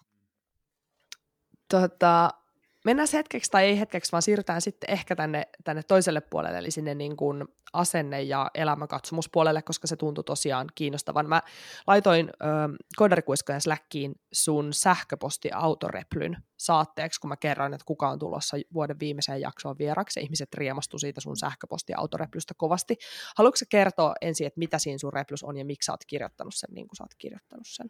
Tota, mennään hetkeksi, tai ei hetkeksi, vaan siirrytään sitten ehkä tänne, tänne toiselle puolelle, eli sinne niin kuin asenne- ja elämänkatsomuspuolelle, koska se tuntui tosiaan kiinnostavan. Mä laitoin ö, Koodarikuiskojen Slackiin sun sähköposti-autoreplyn saatteeksi, kun mä kerroin, että kuka on tulossa vuoden viimeiseen jaksoon vieraksi, ja ihmiset riemastu siitä sun sähköposti-autoreplystä kovasti. Haluatko sä kertoa ensin, että mitä siinä sun replys on, ja miksi sä oot kirjoittanut sen, niin kuin sä oot kirjoittanut sen?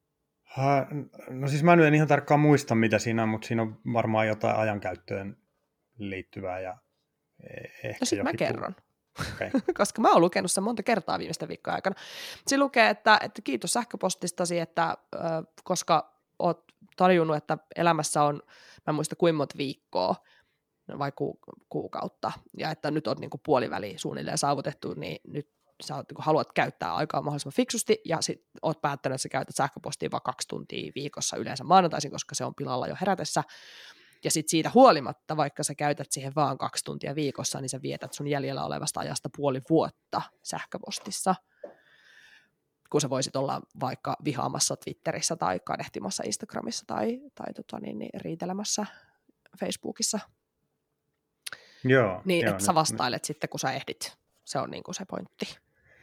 No siis mä en ihan tarkkaan muista, mitä siinä on, mutta siinä on varmaan jotain ajankäyttöön liittyvää. Ja ehkä no sit mä kerron, okay. koska mä oon lukenut sen monta kertaa viimeisten viikkojen aikana. Siinä lukee, että, että kiitos sähköpostistasi, että äh, koska oot tajunnut, että elämässä on, mä en muista kuinka monta viikkoa vai ku, kuukautta, ja että nyt oot niinku puoliväli suunnilleen saavutettu, niin nyt sä oot, niin haluat käyttää aikaa mahdollisimman fiksusti, ja sit oot päättänyt, että sä käytät sähköpostia vain kaksi tuntia viikossa yleensä maanantaisin, koska se on pilalla jo herätessä. Ja sitten siitä huolimatta, vaikka sä käytät siihen vaan kaksi tuntia viikossa, niin sä vietät sun jäljellä olevasta ajasta puoli vuotta sähköpostissa, kun sä voisit olla vaikka vihaamassa Twitterissä tai kadehtimassa Instagramissa tai, tai tota niin, niin, riitelemässä Facebookissa. Joo, niin joo, että sä vastailet nyt sitten, kun sä ehdit. Se on niinku se pointti.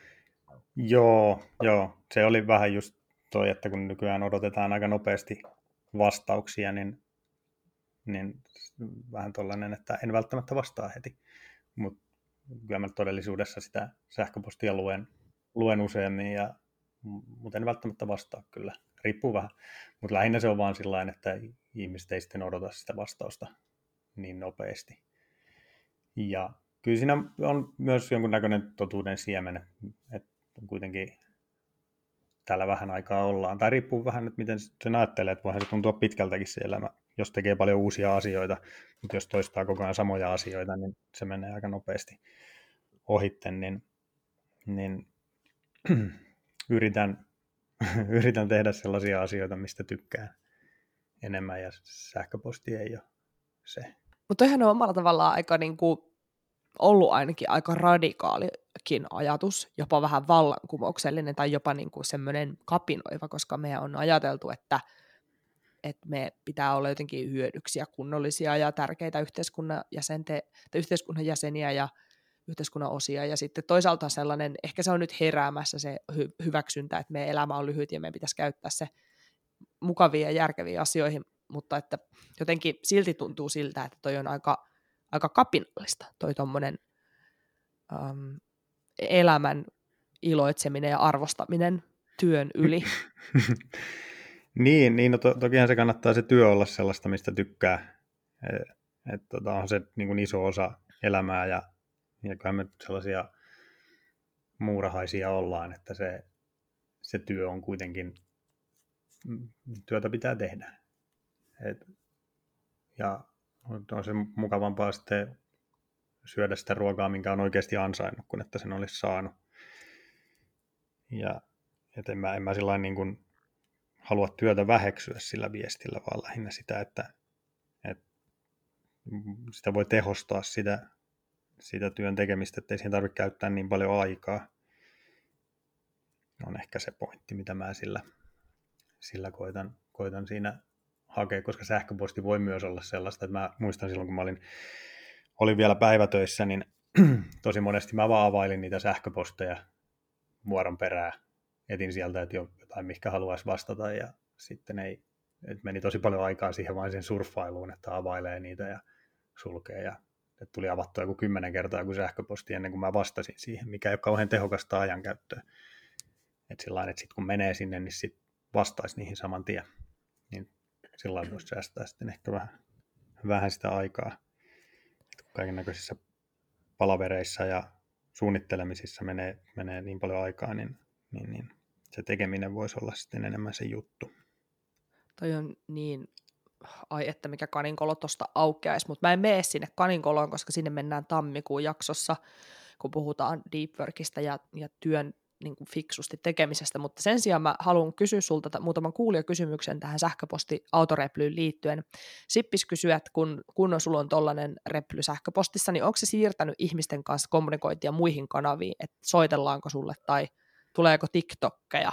Joo, joo. Se oli vähän just toi, että kun nykyään odotetaan aika nopeasti vastauksia, niin, niin vähän tollainen, että en välttämättä vastaa heti. Mutta kyllä mä todellisuudessa sitä sähköpostia luen, luen useammin, ja, mutta en välttämättä vastaa kyllä. Riippuu vähän. Mutta lähinnä se on vaan sillain, että ihmiset ei sitten odota sitä vastausta niin nopeasti. Ja kyllä siinä on myös jonkunnäköinen totuuden siemen, että kuitenkin täällä vähän aikaa ollaan. Tai riippuu vähän, että miten sen ajattelee, että voihan se tuntua pitkältäkin se elämä, jos tekee paljon uusia asioita, mutta jos toistaa koko ajan samoja asioita, niin se menee aika nopeasti ohitte, niin, niin yritän, yritän tehdä sellaisia asioita, mistä tykkään enemmän, ja sähköposti ei ole se. Mutta toihan on omalla tavallaan aika niinku ollut ainakin aika radikaalikin ajatus, jopa vähän vallankumouksellinen tai jopa niinku semmoinen kapinoiva, koska me on ajateltu, että, että me pitää olla jotenkin hyödyksiä, kunnollisia ja tärkeitä yhteiskunnan, jäsente, yhteiskunnan jäseniä ja yhteiskunnan osia, ja sitten toisaalta sellainen, ehkä se on nyt heräämässä se hy- hyväksyntä, että meidän elämä on lyhyt ja meidän pitäisi käyttää se mukaviin ja järkeviin asioihin, mutta että jotenkin silti tuntuu siltä, että toi on aika, aika kapinallista, toi tommonen äm, elämän iloitseminen ja arvostaminen työn yli. niin, niin no to, tokihan se kannattaa se työ olla sellaista, mistä tykkää. Että tota, on se niin kuin iso osa elämää, ja, ja kyllä me sellaisia muurahaisia ollaan, että se, se työ on kuitenkin työtä pitää tehdä. Et, ja on se mukavampaa sitten syödä sitä ruokaa, minkä on oikeasti ansainnut, kun että sen olisi saanut. Ja et en mä, en mä sillain niin kuin halua työtä väheksyä sillä viestillä, vaan lähinnä sitä, että, että sitä voi tehostaa sitä, sitä työn tekemistä, ettei siihen tarvitse käyttää niin paljon aikaa. On ehkä se pointti, mitä mä sillä, sillä koitan, koitan siinä hakea, koska sähköposti voi myös olla sellaista, että mä muistan silloin, kun mä olin, olin vielä päivätöissä, niin tosi monesti mä vaan availin niitä sähköposteja vuoron perään. Etin sieltä, että jotain, mihinkä haluaisi vastata, ja sitten ei, että meni tosi paljon aikaa siihen vain sen surffailuun, että availee niitä ja sulkee, ja että tuli avattua joku kymmenen kertaa joku sähköposti ennen kuin mä vastasin siihen, mikä ei ole kauhean tehokasta ajankäyttöä. Että sillain, että sitten kun menee sinne, niin sit vastaisi niihin saman tien. Niin silloin voisi säästää sitten ehkä vähän, vähän sitä aikaa. Kaiken näköisissä palavereissa ja suunnittelemisissa menee, menee niin paljon aikaa, niin, niin, niin se tekeminen voisi olla sitten enemmän se juttu. Toi on niin, ai että mikä kaninkolo tuosta aukeaisi, mutta mä en mene sinne kaninkoloon, koska sinne mennään tammikuun jaksossa, kun puhutaan deep workista ja, ja työn niin kuin fiksusti tekemisestä, mutta sen sijaan mä haluan kysyä sulta t- muutaman kuulijakysymyksen tähän sähköposti-autoreplyyn liittyen. Sippis kysyä, että kun, kun on sulla on tollainen reply sähköpostissa, niin onko se siirtänyt ihmisten kanssa kommunikointia muihin kanaviin, että soitellaanko sulle tai tuleeko TikTokkeja?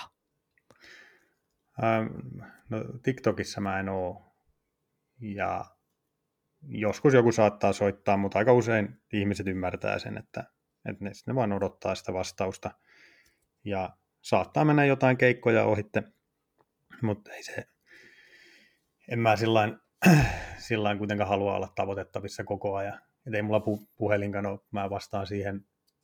Ähm, no, TikTokissa mä en oo, ja joskus joku saattaa soittaa, mutta aika usein ihmiset ymmärtää sen, että, että ne, ne vaan odottaa sitä vastausta. Ja saattaa mennä jotain keikkoja ohitte, mutta ei se, en mä sillain, sillain kuitenkaan halua olla tavoitettavissa koko ajan. Et ei mulla pu- puhelinkaan ole, mä vastaan siihen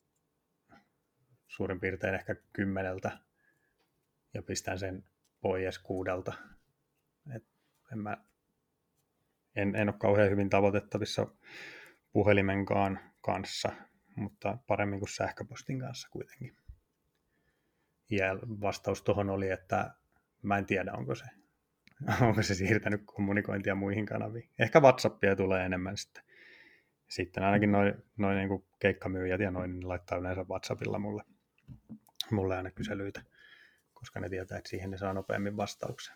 suurin piirtein ehkä kymmeneltä ja pistän sen pois kuudelta. Et en, mä, en, en ole kauhean hyvin tavoitettavissa puhelimenkaan kanssa, mutta paremmin kuin sähköpostin kanssa kuitenkin. Ja vastaus tuohon oli, että mä en tiedä, onko se, onko se siirtänyt kommunikointia muihin kanaviin. Ehkä WhatsAppia tulee enemmän sitten. Sitten ainakin noin noi niinku keikkamyyjät ja noin niin laittaa yleensä WhatsAppilla mulle, mulle aina kyselyitä, koska ne tietää, että siihen ne saa nopeammin vastauksen.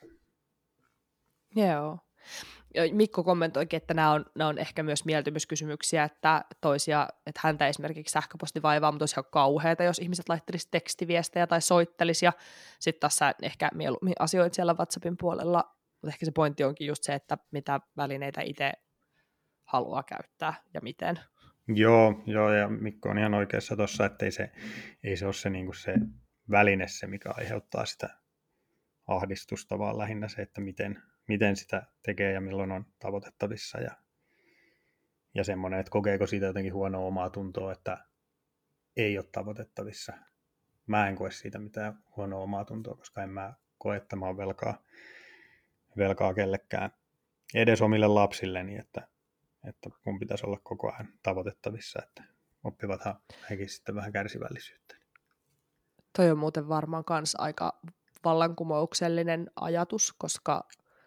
Joo. Mikko kommentoikin, että nämä on, nämä on ehkä myös mieltymyskysymyksiä, että toisia, että häntä esimerkiksi sähköposti vaivaa, mutta olisi ihan kauheata, jos ihmiset laittelisi tekstiviestejä tai soittelisi, ja sitten tässä ehkä mieluummin asioit siellä WhatsAppin puolella, mutta ehkä se pointti onkin just se, että mitä välineitä itse haluaa käyttää ja miten. Joo, joo, ja Mikko on ihan oikeassa tuossa, että ei se, ei se ole se, niin kuin se väline se, mikä aiheuttaa sitä ahdistusta, vaan lähinnä se, että miten, miten sitä tekee ja milloin on tavoitettavissa. Ja, ja semmoinen, että kokeeko siitä jotenkin huonoa omaa tuntoa, että ei ole tavoitettavissa. Mä en koe siitä mitään huonoa omaa tuntoa, koska en mä koe, että mä oon velkaa, velkaa kellekään, edes omille lapsilleni, että, että mun pitäisi olla koko ajan tavoitettavissa, että oppivathan hekin sitten vähän kärsivällisyyttä. Toi on muuten varmaan myös aika vallankumouksellinen ajatus, koska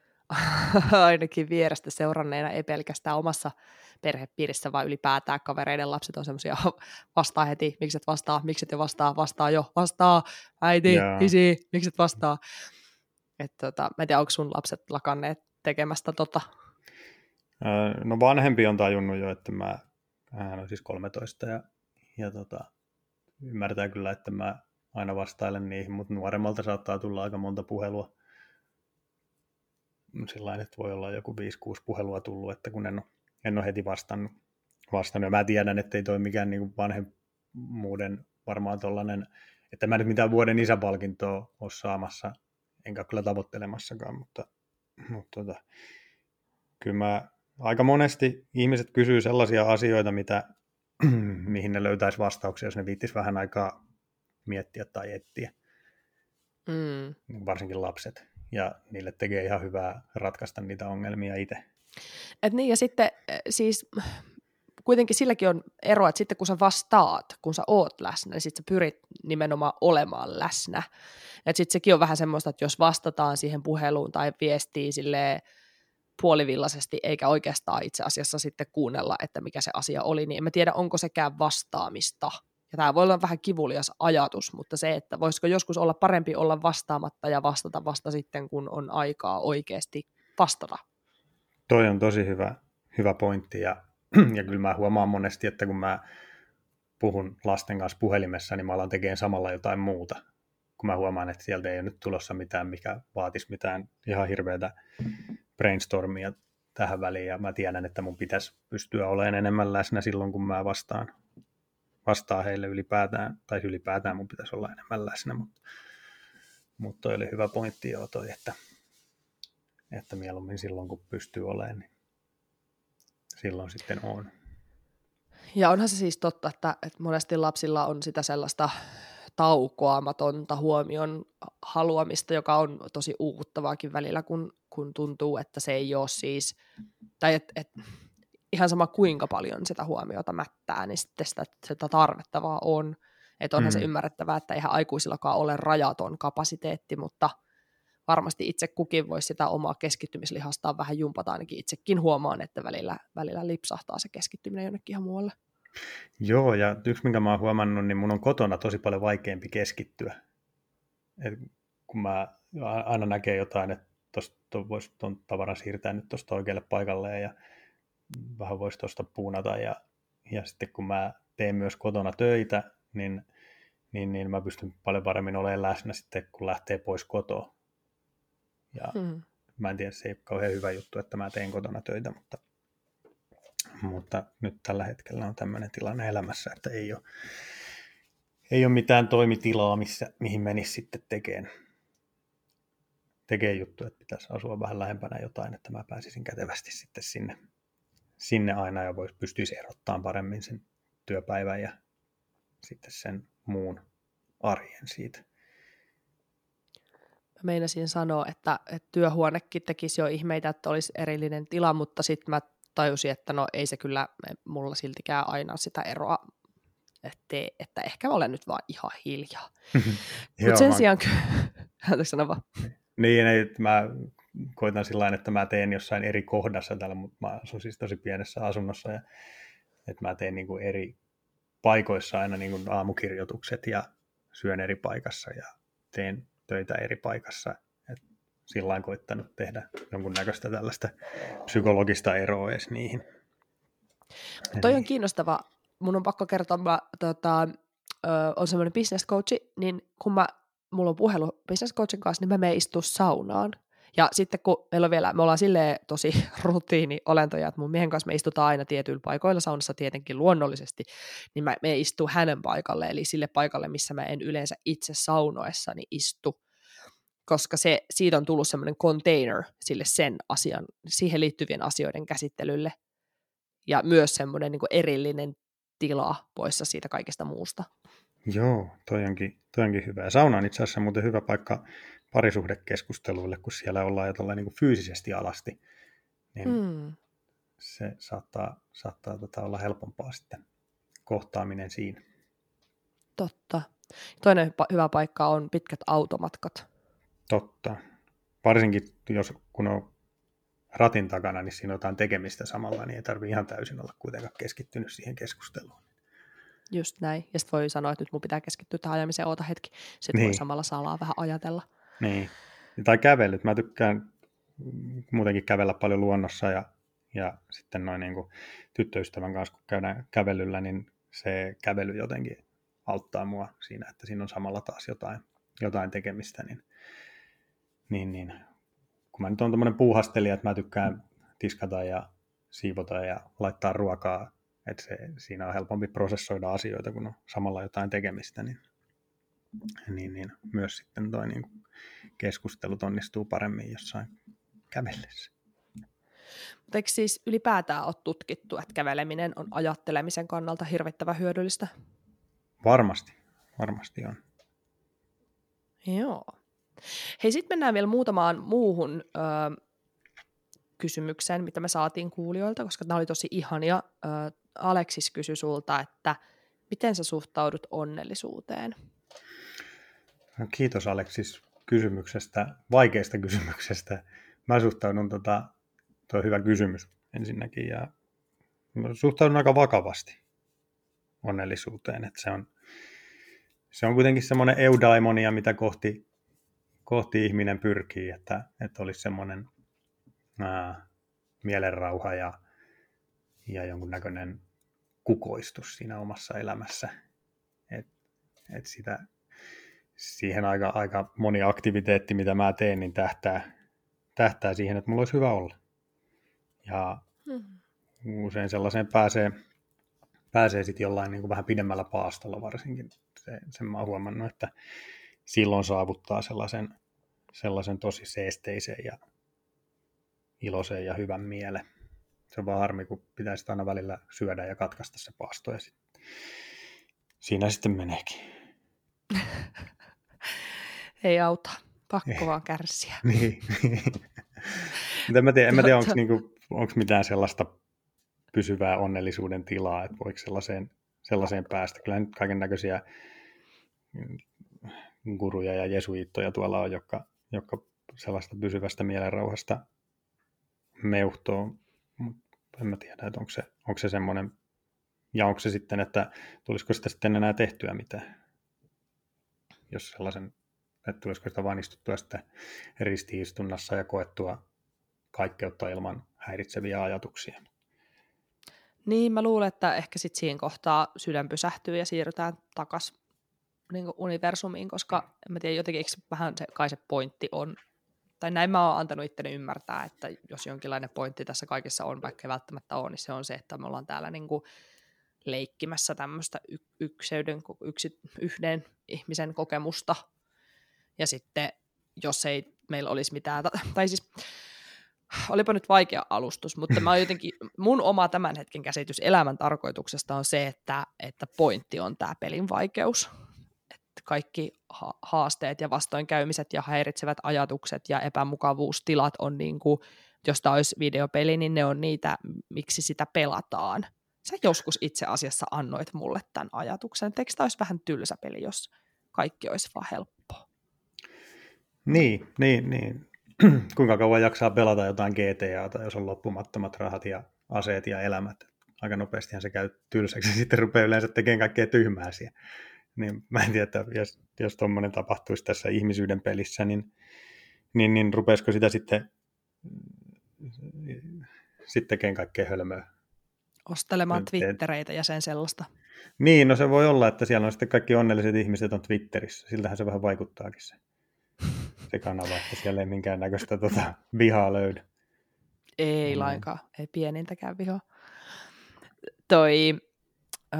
ainakin vierestä seuranneena ei pelkästään omassa perhepiirissä, vaan ylipäätään kavereiden lapset on semmoisia vastaa heti, mikset vastaa, mikset jo vastaa, vastaa jo, vastaa, äiti, Jaa. isi, mikset vastaa. Että tota, mä en tiedä, onko sun lapset lakanneet tekemästä tota? No vanhempi on tajunnut jo, että mä, hän on siis kolmetoista ja, ja tota, ymmärtää kyllä, että mä aina vastailen niihin, mutta nuoremmalta saattaa tulla aika monta puhelua. Sillain, että voi olla joku viisi kuusi puhelua tullut, että kun en ole, en ole heti vastannut. vastannut. Ja mä tiedän, että ei toi mikään niin vanhemmuuden varmaan tollainen, että mä nyt mitään vuoden isäpalkintoa ole saamassa, enkä kyllä tavoittelemassakaan, mutta, mutta tota, kyllä mä, aika monesti ihmiset kysyy sellaisia asioita, mitä, mihin ne löytäisi vastauksia, jos ne viittis vähän aikaa miettiä tai etsiä. Mm. Varsinkin lapset. Ja niille tekee ihan hyvää ratkaista niitä ongelmia itse. Et niin, ja sitten siis kuitenkin silläkin on ero, että sitten kun sä vastaat, kun sä oot läsnä, niin sitten sä pyrit nimenomaan olemaan läsnä. Että sitten sekin on vähän semmoista, että jos vastataan siihen puheluun tai viestiin silleen puolivillaisesti, eikä oikeastaan itse asiassa sitten kuunnella, että mikä se asia oli, niin en mä tiedä, onko sekään vastaamista. Ja tämä voi olla vähän kivulias ajatus, mutta se, että voisiko joskus olla parempi olla vastaamatta ja vastata vasta sitten, kun on aikaa oikeasti vastata. Toi on tosi hyvä, hyvä pointti, ja, ja kyllä mä huomaan monesti, että kun mä puhun lasten kanssa puhelimessa, niin mä alan tekemään samalla jotain muuta, kun mä huomaan, että sieltä ei ole nyt tulossa mitään, mikä vaatisi mitään ihan hirveätä brainstormia tähän väliin, ja mä tiedän, että mun pitäisi pystyä olemaan enemmän läsnä silloin, kun mä vastaan, vastaan heille ylipäätään, tai ylipäätään mun pitäisi olla enemmän läsnä, mutta, mutta toi oli hyvä pointti joo toi, että, että mieluummin silloin, kun pystyy olemaan, niin silloin sitten on. Ja onhan se siis totta, että, että monesti lapsilla on sitä sellaista taukoamatonta huomion haluamista, joka on tosi uuvuttavaakin välillä, kun, kun tuntuu, että se ei ole siis, tai et, et, ihan sama kuinka paljon sitä huomiota mättää, niin sitten sitä, sitä tarvetta vaan on. Että onhan mm. se ymmärrettävää, että eihän aikuisillakaan ole rajaton kapasiteetti, mutta varmasti itse kukin voisi sitä omaa keskittymislihastaan vähän jumpata, ainakin itsekin huomaan, että välillä, välillä lipsahtaa se keskittyminen jonnekin ihan muualle. Joo, ja yksi minkä mä oon huomannut, niin mun on kotona tosi paljon vaikeampi keskittyä. Et kun mä aina näkee jotain, että tuosta voisi tuon tavaran siirtää nyt tuosta oikealle paikalleen ja vähän voisi tuosta puunata. Ja, ja sitten kun mä teen myös kotona töitä, niin, niin, niin mä pystyn paljon paremmin olemaan läsnä sitten, kun lähtee pois kotoa. Ja hmm. mä en tiedä, se ei ole kauhean hyvä juttu, että mä teen kotona töitä, mutta, mutta nyt tällä hetkellä on tämmöinen tilanne elämässä, että ei ole, ei ole mitään toimitilaa, missä, mihin menisi sitten tekemään, tekemään juttuja, että pitäisi asua vähän lähempänä jotain, että mä pääsisin kätevästi sitten sinne, sinne aina ja voisi pystyisi erottamaan paremmin sen työpäivän ja sitten sen muun arjen siitä. Meinasin sanoa, että, että työhuonekin tekisi jo ihmeitä, että olisi erillinen tila, mutta sitten mä tajusin, että no ei se kyllä mulla siltikään aina sitä eroa tee, että ehkä mä olen nyt vaan ihan hiljaa. Mutta sen mä... sijaan kyllä, sano vaan. Niin, ei, mä koitan sillä tavalla, että mä teen jossain eri kohdassa täällä, mutta mä asun siis tosi pienessä asunnossa, ja että mä teen niin kuin eri paikoissa aina niin kuin aamukirjoitukset ja syön eri paikassa ja teen töitä eri paikassa. Et sillä lailla koittanut tehdä jonkunnäköistä tällaista psykologista eroa edes niihin. Mutta toi on kiinnostava. Mun on pakko kertoa, mä tota, ö, on semmoinen business coachi, niin kun mä, mulla on puhelu business coachin kanssa, niin mä menen istua saunaan. Ja sitten kun meillä on vielä, me ollaan silleen tosi rutiini-olentoja, että mun miehen kanssa me istutaan aina tietyillä paikoilla saunassa tietenkin luonnollisesti, niin mä, me istuu hänen paikalle, eli sille paikalle, missä mä en yleensä itse saunoessani istu, koska se, siitä on tullut semmoinen container sille sen asian, siihen liittyvien asioiden käsittelylle, ja myös semmoinen niin kuin erillinen tila poissa siitä kaikesta muusta. Joo, toi onkin, toi onkin hyvä. Ja sauna on itse asiassa muuten hyvä paikka parisuhdekeskusteluille, kun siellä ollaan jo niin kuin fyysisesti alasti, niin mm. se saattaa, saattaa tota olla helpompaa sitten kohtaaminen siinä. Totta. Toinen hyvä paikka on pitkät automatkat. Totta. Varsinkin jos kun on ratin takana, niin siinä on jotain tekemistä samalla, niin ei tarvitse ihan täysin olla kuitenkaan keskittynyt siihen keskusteluun. Just näin. Ja sitten voi sanoa, että nyt mun pitää keskittyä tähän ajamiseen, oota hetki. Sitten niin. Voi samalla salaa vähän ajatella. Niin. Tai kävelyt. Mä tykkään muutenkin kävellä paljon luonnossa ja, ja sitten noin niin kuin tyttöystävän kanssa, kun käydään kävelyllä, niin se kävely jotenkin auttaa mua siinä, että siinä on samalla taas jotain, jotain tekemistä. Niin, niin, niin. Kun mä nyt on tommoinen puuhastelija, että mä tykkään tiskata ja siivota ja laittaa ruokaa, että se, siinä on helpompi prosessoida asioita, kun on samalla jotain tekemistä, niin, niin, niin myös sitten toi niin kuin keskustelut onnistuu paremmin jossain kävellessä. Mutta eikö siis ylipäätään ole tutkittu, että käveleminen on ajattelemisen kannalta hirvittävän hyödyllistä? Varmasti, varmasti on. Joo. Hei, sitten mennään vielä muutamaan muuhun ö, kysymykseen, mitä me saatiin kuulijoilta, koska nämä oli tosi ihania. Ö, Aleksis kysyi sulta, että miten sä suhtaudut onnellisuuteen? No, kiitos Aleksis kysymyksestä, vaikeasta kysymyksestä. Mä suhtaudun, tota, tuo on hyvä kysymys ensinnäkin, ja mä suhtaudun aika vakavasti onnellisuuteen, että se on, se on kuitenkin semmoinen eudaimonia, mitä kohti, kohti ihminen pyrkii, että, että olisi semmoinen ää, mielenrauha ja, ja jonkunnäköinen kukoistus siinä omassa elämässä. Et, et sitä, siihen aika, aika moni aktiviteetti, mitä mä teen, niin tähtää, tähtää siihen, että mulla olisi hyvä olla. Ja hmm. usein sellaiseen pääsee, pääsee sitten jollain niin kuin vähän pidemmällä paastolla varsinkin. Se, sen mä oon huomannut, että silloin saavuttaa sellaisen, sellaisen tosi seesteisen ja iloisen ja hyvän mielen. Se on vaan harmi, kun pitäisi aina välillä syödä ja katkaista se paasto, ja sit, siinä sitten meneekin. Ei auta, pakko vaan kärsiä. Niin. en mä tiedä, en mä tiedä onko niinku, mitään sellaista pysyvää onnellisuuden tilaa, että voiko sellaiseen, sellaiseen päästä. Kyllä nyt kaiken näköisiä guruja ja jesuittoja tuolla on, jotka, jotka sellaista pysyvästä mielenrauhasta meuhtoo. En mä tiedä, että onko se, onko se semmoinen, ja onko se sitten, että tulisiko sitä sitten enää tehtyä mitään, jos sellaisen, että tulisiko sitä vain istuttua sitten ristiistunnassa ja koettua kaikkeutta ilman häiritseviä ajatuksia. Niin, mä luulen, että ehkä sitten siinä kohtaa sydän pysähtyy ja siirrytään takaisin niin universumiin, koska en mä tiedä, jotenkin vähän se, kai se pointti on, tai näin mä oon antanut itteni ymmärtää, että jos jonkinlainen pointti tässä kaikessa on, vaikka ei välttämättä ole, niin se on se, että me ollaan täällä niin kuin leikkimässä tämmöistä y- ykseyden, yksi, yhden ihmisen kokemusta, ja sitten jos ei meillä olisi mitään, tai siis olipa nyt vaikea alustus, mutta mä jotenkin, mun oma tämän hetken käsitys elämän tarkoituksesta on se, että, että pointti on tämä pelin vaikeus. Että kaikki ha- haasteet ja vastoinkäymiset ja häiritsevät ajatukset ja epämukavuustilat on niin kuin, jos tämä olisi videopeli, niin ne on niitä, miksi sitä pelataan. Sä joskus itse asiassa annoit mulle tämän ajatuksen. Eikö tämä olisi vähän tylsä peli, jos kaikki olisi vaan helppoa? Niin, niin, niin. Kuinka kauan jaksaa pelata jotain G T A:ta, jos on loppumattomat rahat ja aseet ja elämät. Aika nopeastihan se käy tylsäksi ja sitten rupeaa yleensä tekemään kaikkea tyhmää siellä. Niin mä en tiedä, että jos, jos tuommoinen tapahtuisi tässä ihmisyyden pelissä, niin, niin, niin rupeaisiko sitä sitten, sitten tekemään kaikkea hölmöä. Ostelemaan Twittereitä ja sen sellaista. Niin, no se voi olla, että siellä on sitten kaikki onnelliset ihmiset on Twitterissä. Siltähän se vähän vaikuttaakin se. Se kanava, että siellä ei minkäännäköistä tota, vihaa löydy. Ei mm. lainkaan, ei pienintäkään vihaa. Toi, öö,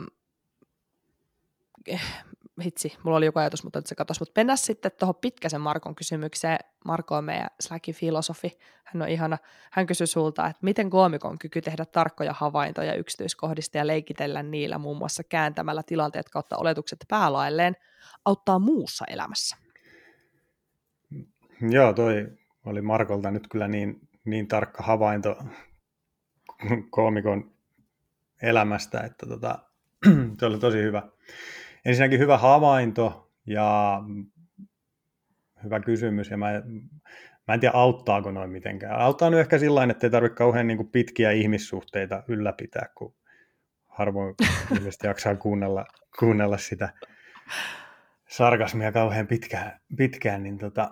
hitsi, mulla oli joku ajatus, mutta se katosi. Mutta mennään sitten tuohon Pitkäsen Markon kysymykseen. Marko on meidän Slackin filosofi. Hän on ihana. Hän kysyi sulta, että miten koomikon kyky tehdä tarkkoja havaintoja yksityiskohdista ja leikitellä niillä muun muassa kääntämällä tilanteet kautta oletukset päälailleen auttaa muussa elämässä? Joo, toi oli Markolta nyt kyllä niin, niin tarkka havainto koomikon elämästä, että tota, se oli tosi hyvä. Ensinnäkin hyvä havainto ja hyvä kysymys, ja mä, mä en tiedä auttaako noin mitenkään. Auttaa nyt ehkä sillain, että ei tarvitse kauhean niin kuin pitkiä ihmissuhteita ylläpitää, kun harvoin ihmiset jaksaa kuunnella, kuunnella sitä sarkasmia kauhean pitkään, pitkään niin tota,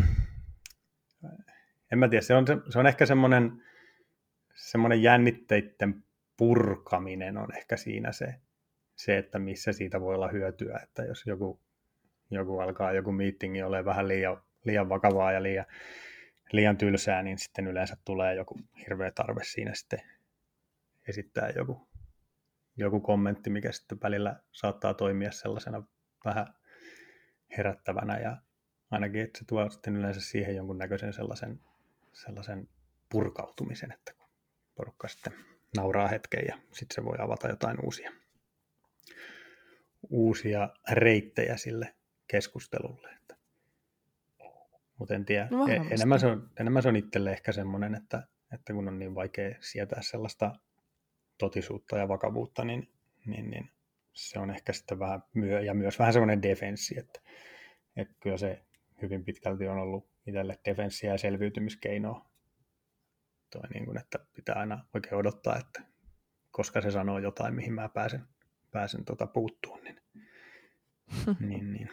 en mä tiedä, se on, se, se on ehkä semmoinen, semmoinen jännitteiden purkaminen on ehkä siinä se, se, että missä siitä voi olla hyötyä, että jos joku, joku alkaa joku meetingi olemaan vähän liian, liian vakavaa ja liian, liian tylsää, niin sitten yleensä tulee joku hirveä tarve siinä sitten esittää joku, joku kommentti, mikä sitten välillä saattaa toimia sellaisena vähän herättävänä ja ainakin, että se tuo sitten yleensä siihen jonkun näköisen sellaisen, sellaisen purkautumisen, että kun porukka sitten nauraa hetken ja sitten se voi avata jotain uusia, uusia reittejä sille keskustelulle. Että. Mutta en tiedä, no, enemmän, se on, enemmän se on itselle ehkä semmoinen, että, että kun on niin vaikea sietää sellaista totisuutta ja vakavuutta, niin, niin, niin se on ehkä sitten vähän myö, ja myös vähän semmoinen defenssi, että, että kyllä se hyvin pitkälti on ollut itselle defenssiä ja selviytymiskeinoa, toi niin kuin, että pitää aina oikein odottaa, että koska se sanoo jotain, mihin mä pääsen, pääsen tota puuttuun. Niin, niin, niin.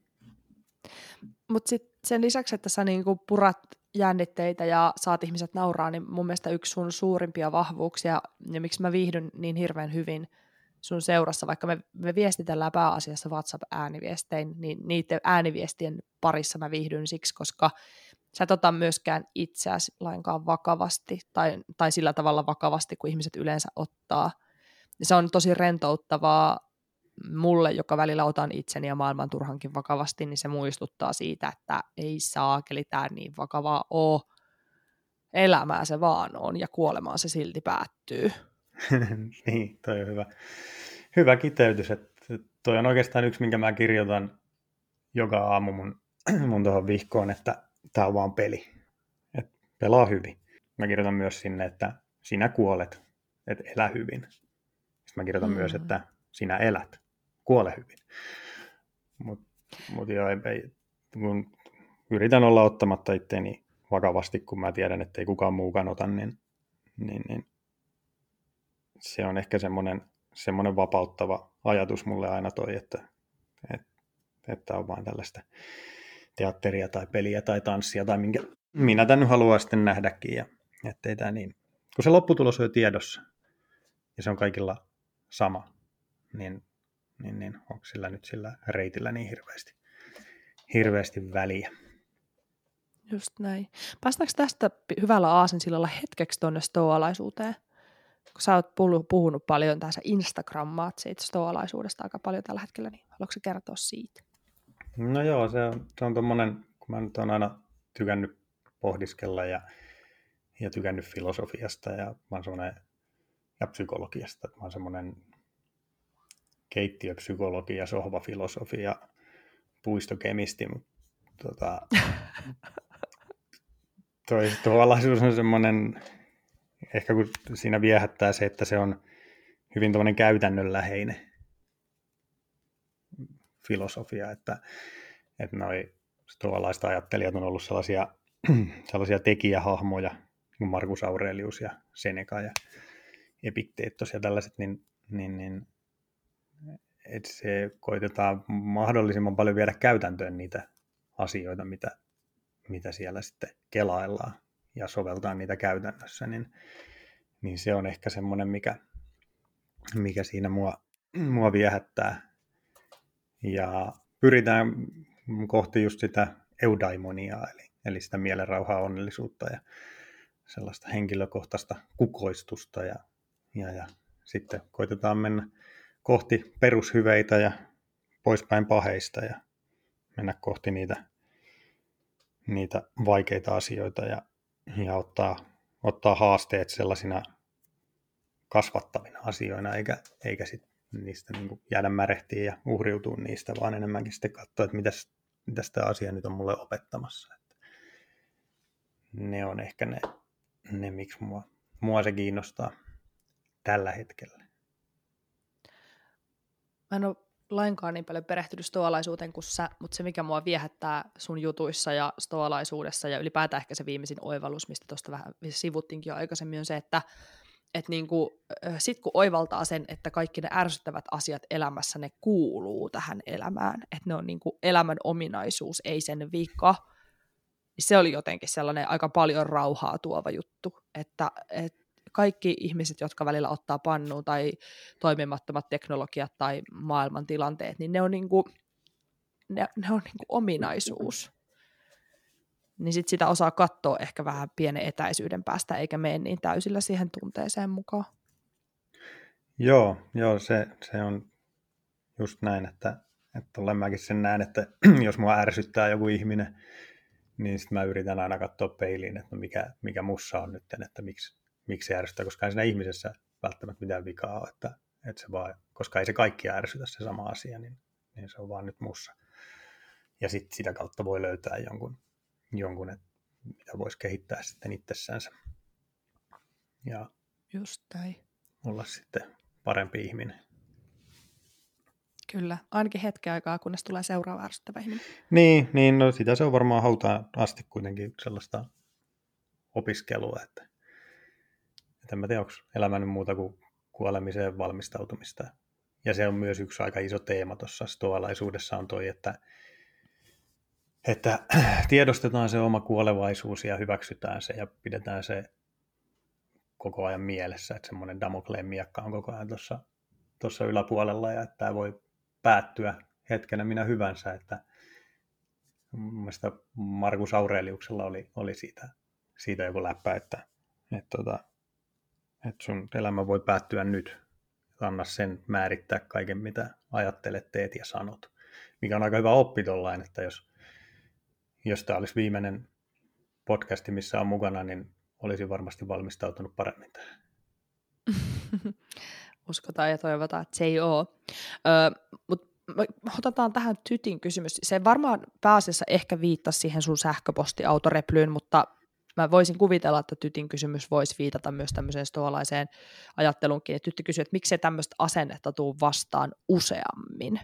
Mutta sitten sen lisäksi, että sä niinku purat jännitteitä ja saat ihmiset nauraa, niin mun mielestä yksi sun suurimpia vahvuuksia, ja miksi mä viihdyn niin hirveän hyvin sun seurassa, vaikka me, me viestitellään pääasiassa WhatsApp-ääniviestein, niin niiden ääniviestien parissa mä viihdyn siksi, koska sä et ota myöskään itseäsi lainkaan vakavasti, tai, tai sillä tavalla vakavasti, kuin ihmiset yleensä ottaa. Ja se on tosi rentouttavaa mulle, joka välillä otan itseni ja maailman turhankin vakavasti, niin se muistuttaa siitä, että ei saakeli tää niin vakavaa oo. Elämää se vaan on ja kuolemaan se silti päättyy. Niin, toi on hyvä, hyvä kiteytys. Että toi on oikeastaan yksi, minkä mä kirjoitan joka aamu mun, mun tuohon vihkoon, että tää on vaan peli. Et pelaa hyvin. Mä kirjoitan myös sinne, että sinä kuolet, et elä hyvin. Sitten mä kirjoitan mm. myös, että sinä elät, kuole hyvin. Mutta mut joo, ei, ei, kun yritän olla ottamatta itteeni vakavasti, kun mä tiedän, että ei kukaan muukaan ota, niin, niin, niin se on ehkä semmoinen, semmoinen vapauttava ajatus mulle aina toi, että, että, että on vain tällaista teatteria tai peliä tai tanssia tai minkä minä tämän nyt haluan sitten nähdäkin. Ja, ettei tämä niin. Kun se lopputulos on jo tiedossa ja se on kaikilla sama, niin, niin, niin onko sillä nyt sillä reitillä niin hirveästi, hirveästi väliä. Just näin. Päästäänkö tästä hyvällä aasensillalla hetkeksi tuonne stoalaisuuteen? Kun sä oot puhunut paljon tässä Instagrammaat siitä stoalaisuudesta aika paljon tällä hetkellä, niin haluatko kertoa siitä? No joo, se on, se on tommonen, kun mä nyt oon aina tykännyt pohdiskella ja, ja tykännyt filosofiasta ja mä oon semmoinen, ja psykologiasta, että mä oon semmoinen keittiöpsykologi ja sohvafilosofi ja puistokemisti, mutta tota, toi stoalaisuus on semmoinen, ehkä kun siinä viehättää se, että se on hyvin tommoinen käytännönläheinen filosofia, että, että noi stoalaiset ajattelijat on ollut sellaisia, sellaisia tekijähahmoja, kuin Marcus Aurelius ja Seneca ja Epikteettos ja tällaiset, niin, niin, niin että se koitetaan mahdollisimman paljon viedä käytäntöön niitä asioita, mitä, mitä siellä sitten kelaillaan ja soveltaa niitä käytännössä, niin, niin se on ehkä semmoinen, mikä, mikä siinä mua, mua viehättää. Ja pyritään kohti just sitä eudaimoniaa, eli, eli sitä mielenrauhaa, onnellisuutta ja sellaista henkilökohtaista kukoistusta. Ja, ja, ja sitten koitetaan mennä kohti perushyveitä ja poispäin paheista ja mennä kohti niitä, niitä vaikeita asioita ja, ja ottaa, ottaa haasteet sellaisina kasvattavina asioina, eikä, eikä sit niistä niin kuin jäädä märehtiä ja uhriutua niistä, vaan enemmänkin sitten katsoa, että mitäs, mitäs tämä asia nyt on mulle opettamassa. Että ne on ehkä ne, ne miksi mua, mua se kiinnostaa tällä hetkellä. Mä en ole lainkaan niin paljon perehtynyt stoalaisuuteen kuin sä, mutta se mikä mua viehättää sun jutuissa ja stoalaisuudessa ja ylipäätään ehkä se viimeisin oivallus, mistä tuosta vähän sivuttiinkin jo aikaisemmin, on se, että et niinku, sit kun oivaltaa sen, että kaikki ne ärsyttävät asiat elämässä, ne kuuluu tähän elämään, että ne on niinku elämän ominaisuus, ei sen vika, se oli jotenkin sellainen aika paljon rauhaa tuova juttu, että et kaikki ihmiset, jotka välillä ottaa pannuun tai toimimattomat teknologiat tai maailman tilanteet, niin ne on, niinku, ne, ne on niinku ominaisuus. Niin sit sitä osaa katsoa ehkä vähän pienen etäisyyden päästä, eikä mene niin täysillä siihen tunteeseen mukaan. Joo, joo se, se on just näin, että, että olen mäkin sen näen, että jos mua ärsyttää joku ihminen, niin sitten mä yritän aina katsoa peiliin, että no mikä, mikä mussa on nyt, että miksi, miksi se ärsyttää, koska ei siinä ihmisessä välttämättä mitään vikaa ole, että, että se vaan, koska ei se kaikki ärsytä se sama asia, niin, niin se on vaan nyt mussa. Ja sitten sitä kautta voi löytää jonkun, jonkun että mitä voisi kehittää sitten itsessänsä. Ja just näin. olla sitten parempi ihminen. Kyllä, ainakin hetken aikaa, kunnes tulee seuraava ärsyttävä ihminen. Niin, niin no sitä se on varmaan hautaan asti kuitenkin sellaista opiskelua, että, että en mä tiedä, onko elämä nyt muuta kuin kuolemiseen valmistautumista. Ja se on myös yksi aika iso teema tuossa stoalaisuudessa on toi, että, että tiedostetaan se oma kuolevaisuus ja hyväksytään se ja pidetään se koko ajan mielessä, että semmoinen Damokleen miekka on koko ajan tuossa, tuossa yläpuolella ja että tämä voi päättyä hetkenä minä hyvänsä, että mielestäni Markus Aureliuksella oli, oli siitä, siitä joku läppä, että, että, että, että sun elämä voi päättyä nyt. Anna sen määrittää kaiken, mitä ajattelet, teet ja sanot. Mikä on aika hyvä oppi tollain, että jos, jos tämä olisi viimeinen podcasti, missä on mukana, niin olisin varmasti valmistautunut paremmin tähän. Uskotaan ja toivotaan, että se ei ole. Öö, Mutta otetaan tähän Tytin kysymys. Se varmaan pääasiassa ehkä viittasi siihen sun sähköpostiautoreplyyn, mutta mä voisin kuvitella, että Tytin kysymys voisi viitata myös tämmöiseen stoalaiseen ajatteluunkin. Tytti kysyy, että miksei tämmöistä asennetta tuu vastaan useammin?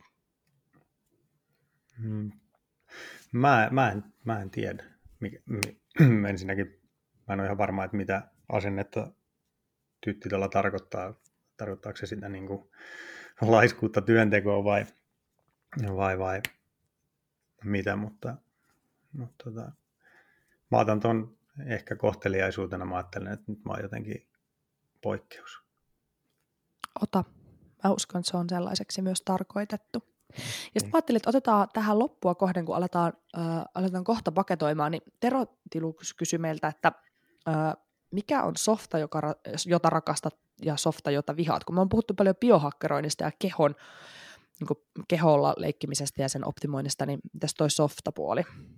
Hmm. Mä, mä, en, mä en tiedä. Mikä, ensinnäkin mä en ole ihan varma, että mitä asennetta Tytti tuolla tarkoittaa. Tarkoittaako se sitä niin kuin laiskuutta työntekoa vai, vai, vai mitä, mutta, mutta tota, mä otan tuon ehkä kohteliaisuutena, mä ajattelen, että nyt mä oon jotenkin poikkeus. Ota. Mä uskon, että se on sellaiseksi myös tarkoitettu. Ja sitten mä ajattelin, että otetaan tähän loppua kohden, kun aletaan, äh, aletaan kohta paketoimaan, niin Tero Tilu kysyi meiltä, että äh, mikä on softa, joka, jota rakastat ja softa, jota vihaat? Kun me on puhuttu paljon biohakkeroinnista ja kehon, niin kuin keholla leikkimisestä ja sen optimoinnista, niin mitäs toi softapuoli?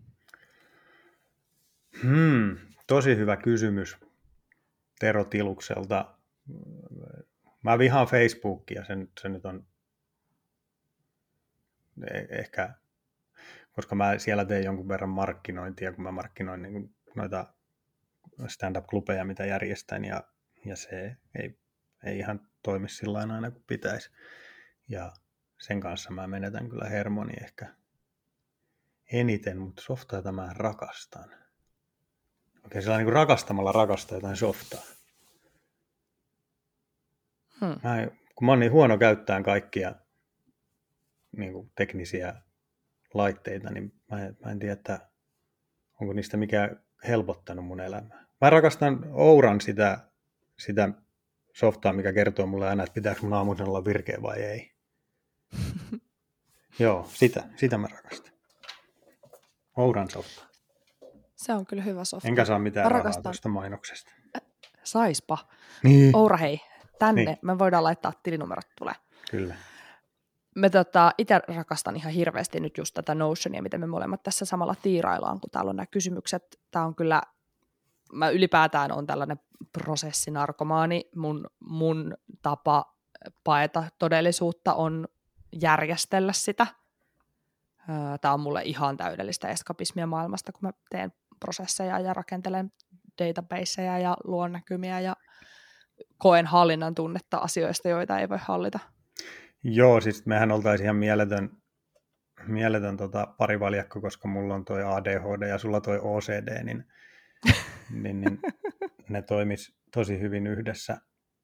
Hmm, tosi hyvä kysymys Tero Tilukselta. Mä vihaan Facebookia, se, se nyt on ehkä, koska mä siellä teen jonkun verran markkinointia, kun mä markkinoin niin kuin noita stand-up-klubeja, mitä järjestän, ja, ja se ei, ei ihan toimi sillä aina kuin pitäisi. Ja sen kanssa mä menetän kyllä hermoni ehkä eniten, mutta softaa jota mä rakastan. Okei, sillä niin kuin rakastamalla rakastaa jotain softaa. Hmm. Mä, kun mä oon niin huono käyttämään kaikkia niin kuin teknisiä laitteita, niin mä en, mä en tiedä, että onko niistä mikään helpottanut mun elämää. Mä rakastan Ouran sitä, sitä softaa, mikä kertoo mulle aina, että pitääkö mun aamuisen olla virkeä vai ei. Joo, sitä, sitä mä rakastan. Ouran softaa. Se on kyllä hyvä softa. Enkä saa mitään rahaa tuosta mainoksesta. Saispa. Niin. Oura, hei, tänne niin. me voidaan laittaa tilinumerot tulee. Kyllä. Me tota, itse rakastan ihan hirveästi nyt just tätä Notionia, miten me molemmat tässä samalla tiiraillaan, kun täällä on nämä kysymykset. Tämä on kyllä, mä ylipäätään on tällainen prosessinarkomaani. Mun, mun tapa paeta todellisuutta on järjestellä sitä. Tämä on mulle ihan täydellistä eskapismia maailmasta, kun mä teen prosesseja ja rakentelen databaseja ja luon näkymiä ja koen hallinnan tunnetta asioista, joita ei voi hallita. Joo, siis mehän oltaisiin ihan mieletön, mieletön tota parivaljakko, koska mulla on toi A D H D ja sulla toi O C D, niin, niin, niin ne toimis tosi hyvin yhdessä.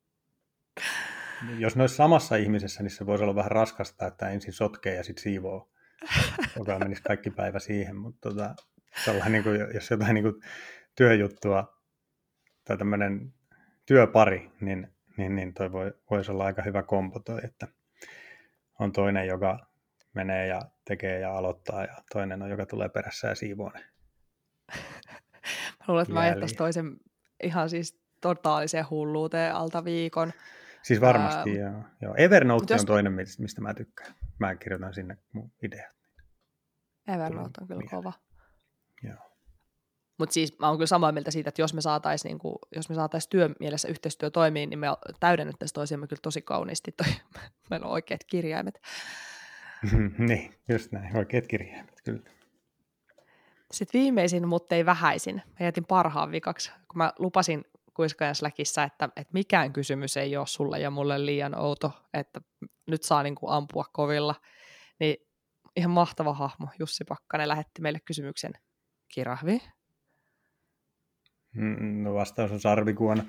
Jos ne olisi samassa ihmisessä, niin se voisi olla vähän raskasta, että ensin sotkee ja sitten siivoo, joka menisi kaikki päivä siihen, mutta tota, niin kuin, jos jotain niin kuin työjuttua tai tämmöinen työpari, niin, niin, niin toi voi, voisi olla aika hyvä kombo toi, että on toinen, joka menee ja tekee ja aloittaa, ja toinen on, joka tulee perässä ja siivoo ne. Mä luulen, että mä ajattaisin toisen ihan siis totaaliseen hulluuteen alta viikon. Siis varmasti, Ää, joo. joo. Evernote jos... on toinen, mistä mä tykkään. Mä kirjoitan sinne mun ideat. Evernote on kyllä mieleen. Kova. Joo. Mutta siis mä oon kyllä samaa mieltä siitä, että jos me saataisiin niinku, jos me saatais työmielessä yhteistyö toimiin, niin me täydennettäisiin toisiamme kyllä tosi kauniisti. Toi, meillä on oikeat kirjaimet. Niin, just näin, oikeat kirjaimet, kyllä. Sitten viimeisin, mutta ei vähäisin. Mä jätin parhaan vikaksi, kun mä lupasin kuiskaajan Slackissa, että, että mikään kysymys ei ole sulle ja mulle liian outo, että nyt saa niin kuin ampua kovilla. Niin ihan mahtava hahmo, Jussi Pakkanen lähetti meille kysymyksen. Kirahvi? No vastaus on sarvikuona.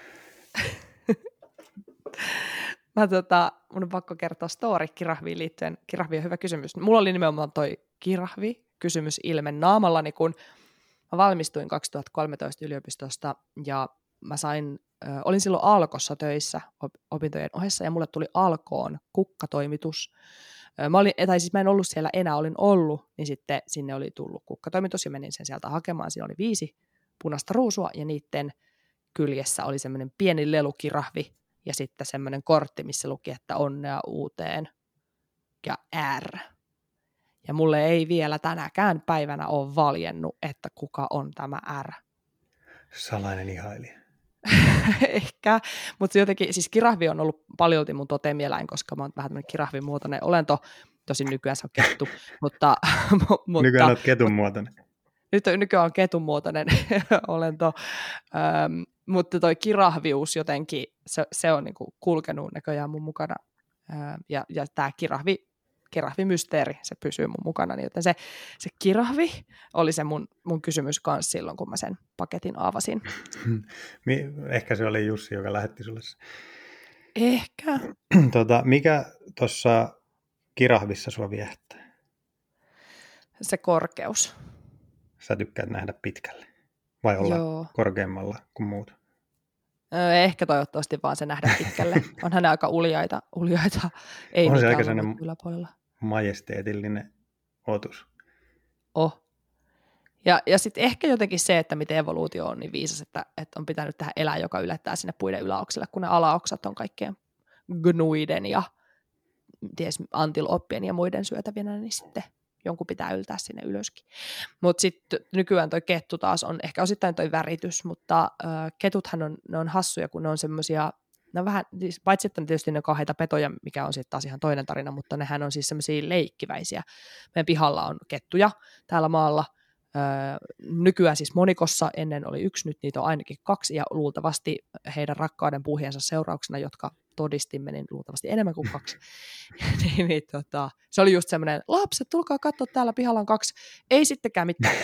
Mä tota, mun on pakko kertoa story kirahviin liittyen. Kirahvi on hyvä kysymys. Mulla oli nimenomaan toi kirahvi kysymys ilme naamallani, kun mä valmistuin kaksituhattakolmetoista yliopistosta ja mä sain, äh, olin silloin Alkossa töissä opintojen ohessa ja mulle tuli Alkoon kukkatoimitus. Äh, mä, olin, tai siis mä en ollut siellä enää, olin ollut, niin sitten sinne oli tullut kukkatoimitus ja menin sen sieltä hakemaan. Siinä oli viisi punaista ruusua ja niiden kyljessä oli semmoinen pieni lelukirahvi ja sitten semmoinen kortti, missä luki, että onnea uuteen ja R. Ja mulle ei vielä tänäkään päivänä ole valjennut, että kuka on tämä R. Salainen ihailija. Ehkä, mutta jotenkin, siis kirahvi on ollut paljolti mun totemieläin, koska mä oon vähän tämmöinen kirahvin muotoinen olento, tosin nykyään se on kettu, mutta... mutta nykyään olet ketun muotoinen. Nyt on, nykyään on ketun muotoinen olento, ähm, mutta toi kirahvius jotenkin, se, se on niinku kulkenut näköjään mun mukana, ähm, ja, ja tämä kirahvi, kirahvimysteeri, se pysyy mun mukana, joten se, se kirahvi oli se mun, mun kysymys kanssa silloin, kun mä sen paketin avasin. Ehkä se oli Jussi, joka lähetti sulle se. Ehkä. Tota, mikä tuossa kirahvissa sua viehättää? Se korkeus. Sä tykkäät nähdä pitkälle? Vai olla Joo. korkeammalla kuin muut? Ehkä toivottavasti vaan se nähdä pitkälle. Onhan ne aika uljaita, uljaita. Ei on se mikään aika sellainen yläpuolella. majesteetillinen otus. Oh. Ja, ja sitten ehkä jotenkin se, että miten evoluutio on niin viisas, että, että on pitänyt tähän elää, joka ylettää sinne puiden yläoksille, kun ne alaoksat on kaikkien gnuiden ja ties antiloppien ja muiden syötävinä, niin sitten jonkun pitää yltää sinne ylöskin. Mutta sitten nykyään toi kettu taas on ehkä osittain toi väritys, mutta äh, ketuthan on, ne on hassuja, kun ne on semmoisia, ne on vähän, paitsi että ne tietysti ne on kauheita petoja, mikä on sitten taas ihan toinen tarina, mutta nehän on siis semmoisia leikkiväisiä. Meidän pihalla on kettuja täällä maalla, äh, nykyään siis monikossa, ennen oli yksi, nyt niitä on ainakin kaksi, ja luultavasti heidän rakkauden puuhiensa seurauksena, jotka todistimme, niin luultavasti enemmän kuin kaksi. niin, niin, tota, se oli just semmoinen, lapset, tulkaa katsoa, täällä pihalla on kaksi. Ei sittenkään mitään.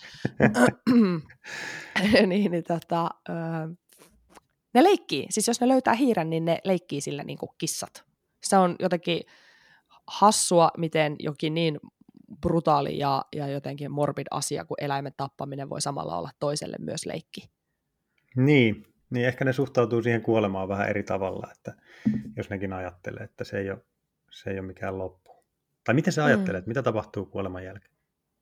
niin, niin, tota, ö, ne leikkii. Siis jos ne löytää hiiren, niin ne leikkii sillä niin kuin kissat. Se on jotenkin hassua, miten jokin niin brutaali ja, ja jotenkin morbid asia, kuin eläimen tappaminen voi samalla olla toiselle myös leikki. Niin. Niin ehkä ne suhtautuu siihen kuolemaan vähän eri tavalla, että jos nekin ajattelee, että se ei ole, se ei ole mikään loppu. Tai miten sä ajattelet, mm. mitä tapahtuu kuoleman jälkeen?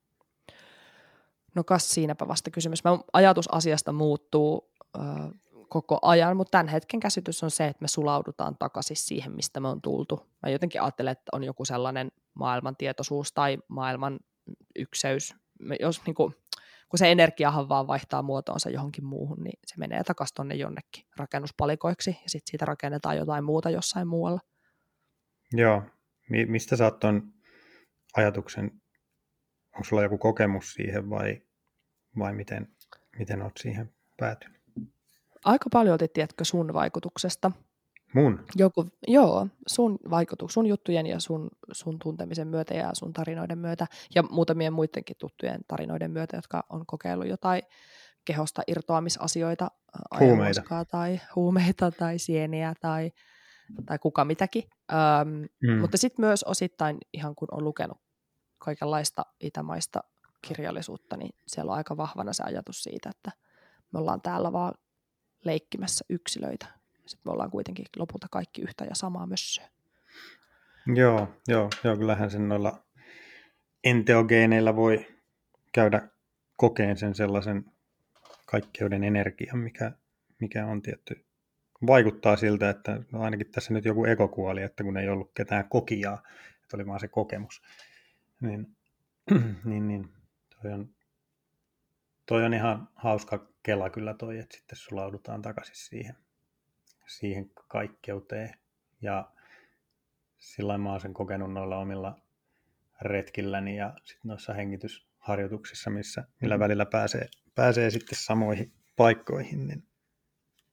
No kas siinäpä vasta kysymys. Mä, ajatus asiasta muuttuu äh, koko ajan, mutta tämän hetken käsitys on se, että me sulaudutaan takaisin siihen, mistä me on tultu. Mä jotenkin ajattelen, että on joku sellainen maailman tietoisuus tai maailman ykseys. Jos niin kuin, kun se energiahan vaan vaihtaa muotoonsa johonkin muuhun, niin se menee takaisin tuonne jonnekin rakennuspalikoiksi, ja sitten siitä rakennetaan jotain muuta jossain muualla. Joo. Mi- mistä sä oot ton ajatuksen, onko sulla joku kokemus siihen, vai, vai miten, miten oot siihen päätynyt? Aika paljon, tiedätkö, sun vaikutuksesta. Mun? Joku, joo, sun vaikutus, sun juttujen ja sun, sun tuntemisen myötä ja sun tarinoiden myötä ja muutamien muidenkin tuttujen tarinoiden myötä, jotka on kokeillut jotain kehosta irtoamisasioita, huumeita tai huumeita tai sieniä tai, tai kuka mitäkin. Öm, mm. Mutta sitten myös osittain ihan kun on lukenut kaikenlaista itämaista kirjallisuutta, niin siellä on aika vahvana se ajatus siitä, että me ollaan täällä vaan leikkimässä yksilöitä. Sitten me ollaan kuitenkin lopulta kaikki yhtä ja samaa mössöä. Joo, joo, joo, kyllähän sen noilla enteogeeneillä voi käydä kokeen sen sellaisen kaikkeuden energian, mikä, mikä on tietty. Vaikuttaa siltä, että no ainakin tässä nyt joku ego kuoli, että kun ei ollut ketään kokijaa, että oli vaan se kokemus. Niin, niin, niin toi, on, toi on ihan hauska kela kyllä toi, että sitten sulaudutaan takaisin siihen. siihen kaikkeuteen. Ja sillä mä oon sen kokenut noilla omilla retkilläni ja sitten noissa hengitysharjoituksissa, missä, millä välillä pääsee, pääsee sitten samoihin paikkoihin, niin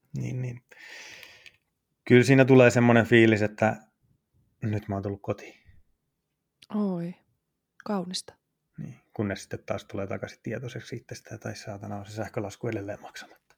Niin, niin. Kyllä siinä tulee semmoinen fiilis, että nyt mä oon tullut kotiin. Oi, kaunista. Niin, kunnes sitten taas tulee takaisin tietoiseksi itsestä, tai saatana on se sähkölasku edelleen maksamatta.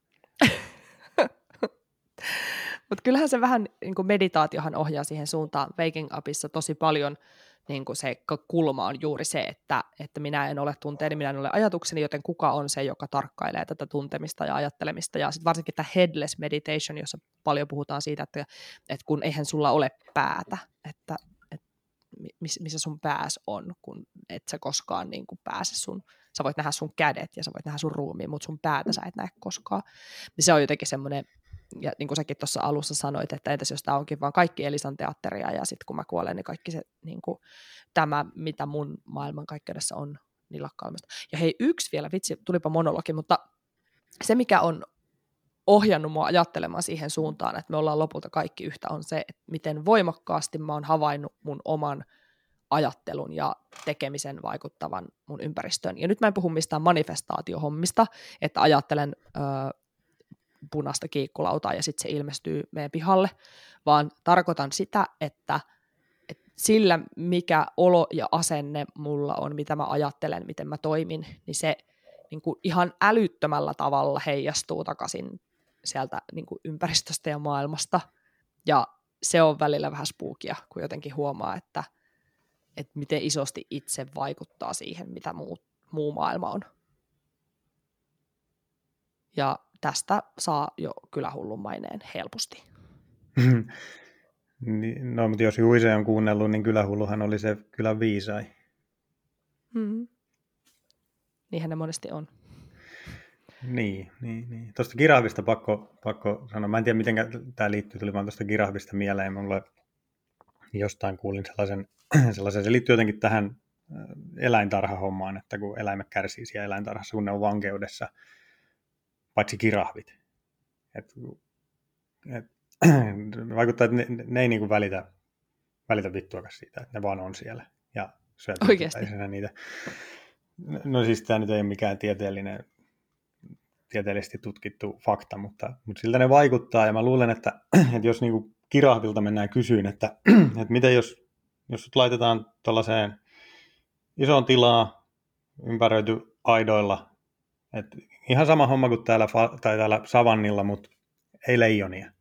Mutta kyllähän se vähän, niin kuin meditaatiohan ohjaa siihen suuntaan. Waking Upissa tosi paljon niin kuin se kulma on juuri se, että, että minä en ole tunteeni, minä en ole ajatukseni, joten kuka on se, joka tarkkailee tätä tuntemista ja ajattelemista. Ja sitten varsinkin tämä headless meditation, jossa paljon puhutaan siitä, että, että kun eihän sulla ole päätä, että, että missä sun pääs on, kun et sä koskaan niin kuin pääse sun, sä voit nähdä sun kädet ja sä voit nähdä sun ruumiin, mutta sun päätä sä et näe koskaan. Niin se on jotenkin semmoinen, ja niin kuin säkin tuossa alussa sanoit, että entäs jos tämä onkin vaan kaikki Elisan teatteria, ja sitten kun mä kuolen, niin kaikki se niin kuin, tämä, mitä mun maailmankaikkeudessa on, niin lakkaamista. Ja hei, yksi vielä, vitsi, tulipa monologi, mutta se, mikä on ohjannut mua ajattelemaan siihen suuntaan, että me ollaan lopulta kaikki yhtä, on se, että miten voimakkaasti mä oon havainnut mun oman ajattelun ja tekemisen vaikuttavan mun ympäristöön. Ja nyt mä en puhu mistään manifestaatiohommista, että ajattelen öö, punaista kiikkulautaa ja sitten se ilmestyy meidän pihalle, vaan tarkoitan sitä, että, että sillä mikä olo ja asenne mulla on, mitä mä ajattelen, miten mä toimin, niin se niin kuin ihan älyttömällä tavalla heijastuu takaisin sieltä niin kuin ympäristöstä ja maailmasta. Ja se on välillä vähän spookia, kun jotenkin huomaa, että, että miten isosti itse vaikuttaa siihen, mitä muu, muu maailma on. Ja tästä saa jo kyllä hullun maineen helposti. No, mutta jos Juise on kuunnellut, niin kylähulluhan oli se kylän viisai. Mm. Niinhän ne monesti on. Niin, niin, niin. Tuosta kirahvista pakko, pakko sanoa. Mä en tiedä, miten tämä liittyy. Tuli vaan tuosta kirahvista mieleen. Mulle jostain kuulin sellaisen, sellaisen, se liittyy jotenkin tähän eläintarhahommaan, että kun eläimet kärsii siellä eläintarhassa, kun ne on vankeudessa, paitsi kirahvit. Et, et, vaikuttaa, että ne, ne ei niinku välitä, välitä vittuakaan siitä, että ne vaan on siellä. Ja syötyy niitä. No siis tämä nyt ei ole mikään tieteellinen, tieteellisesti tutkittu fakta, mutta, mutta siltä ne vaikuttaa. Ja mä luulen, että, että jos niinku kirahvilta mennään kysyyn, että, että miten jos, jos sut laitetaan tuollaiseen isoon tilaa ympäröity aidoilla, että ihan sama homma kuin täällä, tai täällä savannilla, mutta ei leijonia,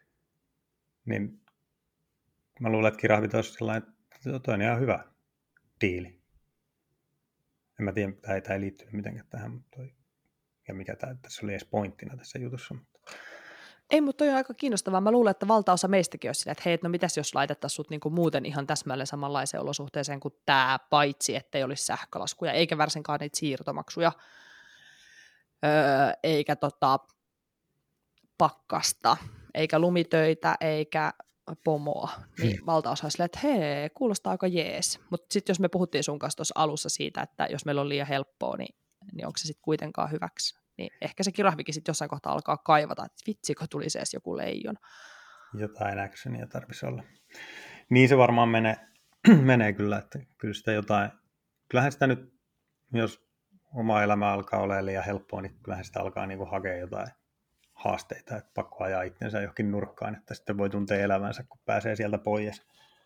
niin mä luulen, että kirahvit olisi sellainen, että toi on ihan hyvä diili. En mä tiedä, tämä ei, tämä ei liittynyt mitenkään tähän, mutta toi, ja mikä tämä, tässä oli edes pointtina tässä jutussa. Mutta. Ei, mutta toi on aika kiinnostavaa. Mä luulen, että valtaosa meistäkin olisi sillä, että hei, no mitäs jos laitettaisiin sut niinku muuten ihan täsmälleen samanlaiseen olosuhteeseen kuin tämä, paitsi ettei olisi sähkölaskuja, eikä varsinkaan niitä siirtomaksuja, öö, eikä tota, pakkasta, eikä lumitöitä, eikä pomoa, niin hmm. valtaosa silleen, että hei, kuulostaa aika jees. Mutta sitten jos me puhuttiin sun kanssa tuossa alussa siitä, että jos meillä on liian helppoa, niin, niin onko se sitten kuitenkaan hyväksi? Niin ehkä se kirahvikin sitten jossain kohtaa alkaa kaivata, että vitsikö tulisi edes joku leijon. Jotain actionia tarvitsisi olla. Niin se varmaan menee, menee kyllä, että kyllä sitä jotain, kyllähän sitä nyt, jos oma elämä alkaa olemaan liian helppoa, niin kyllähän sitä alkaa niinku hakea jotain haasteita, että pakko ajaa itsensä johonkin nurkkaan, että sitten voi tuntea elämänsä, kun pääsee sieltä pois.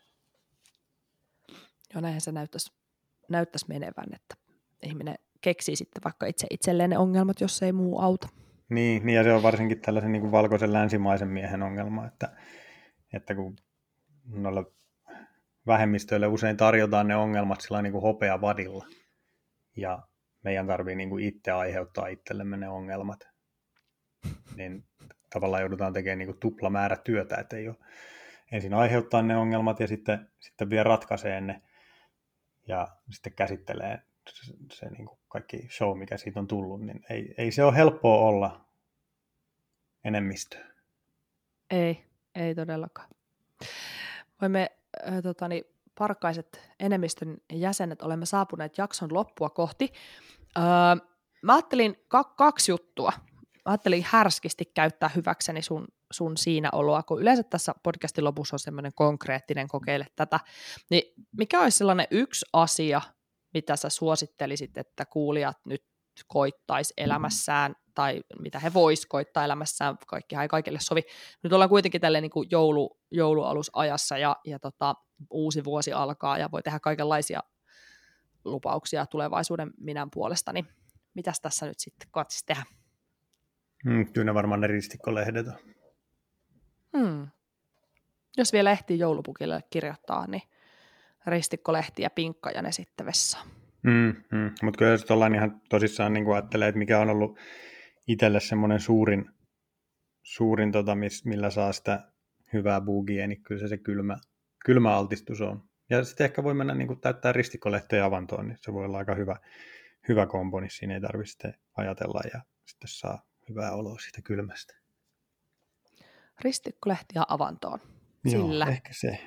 Joo, näinhän se näyttäisi, näyttäisi menevän, että ihminen keksii sitten vaikka itse itselleen ne ongelmat, jos ei muu auta. Niin, niin ja se on varsinkin tällaisen niin kuin valkoisen länsimaisen miehen ongelma, että, että kun noilla vähemmistöille usein tarjotaan ne ongelmat sillä niin kuin hopeavadilla, ja meidän tarvii niin kuin itse aiheuttaa itsellemme ne ongelmat, niin tavallaan joudutaan tekemään niin kuin tupla määrä työtä, että ei ole ensin aiheuttaa ne ongelmat ja sitten, sitten vielä ratkaisee ne ja sitten käsittelee se, se niin kuin kaikki show, mikä siitä on tullut, niin ei, ei se ole helppoa olla enemmistö. Ei, ei todellakaan. Voimme, äh, totani, parkkaiset enemmistön jäsenet, olemme saapuneet jakson loppua kohti. Äh, mä ajattelin k- kaksi juttua. Mä ajattelin härskisti käyttää hyväkseni sun, sun siinä oloa, kun yleensä tässä podcastin lopussa on semmoinen konkreettinen kokeile tätä. Niin mikä olisi sellainen yksi asia, mitä sä suosittelisit, että kuulijat nyt koittaisi elämässään tai mitä he vois koittaa elämässään, kaikkihan ei kaikille sovi. Nyt ollaan kuitenkin tälleen niin kuin joulu, joulualusajassa ja, ja tota, uusi vuosi alkaa ja voi tehdä kaikenlaisia lupauksia tulevaisuuden minän puolesta, niin mitäs tässä nyt sitten katsisi tehdä? Mm, kyllä ne varmaan ne ristikkolehdet on. Hmm. Jos vielä ehtii joulupukille kirjoittaa, niin ristikkolehti ja pinkka ja ne sitten vessaan. Mm, mm. Mutta kyllä jos ollaan ihan tosissaan niin ajattelee, että mikä on ollut itselle semmoinen suurin, suurin tota, millä saa sitä hyvää bugia, niin kyllä se se kylmä, kylmä altistus on. Ja sitten ehkä voi mennä niin kuin täyttää ristikkolehteen avantoon, niin se voi olla aika hyvä, hyvä kombo, niin siinä ei tarvitse sitten ajatella ja sitten saa hyvää oloa siitä kylmästä. Ristikkolehti ja avantoon. Joo, Sillä. ehkä se.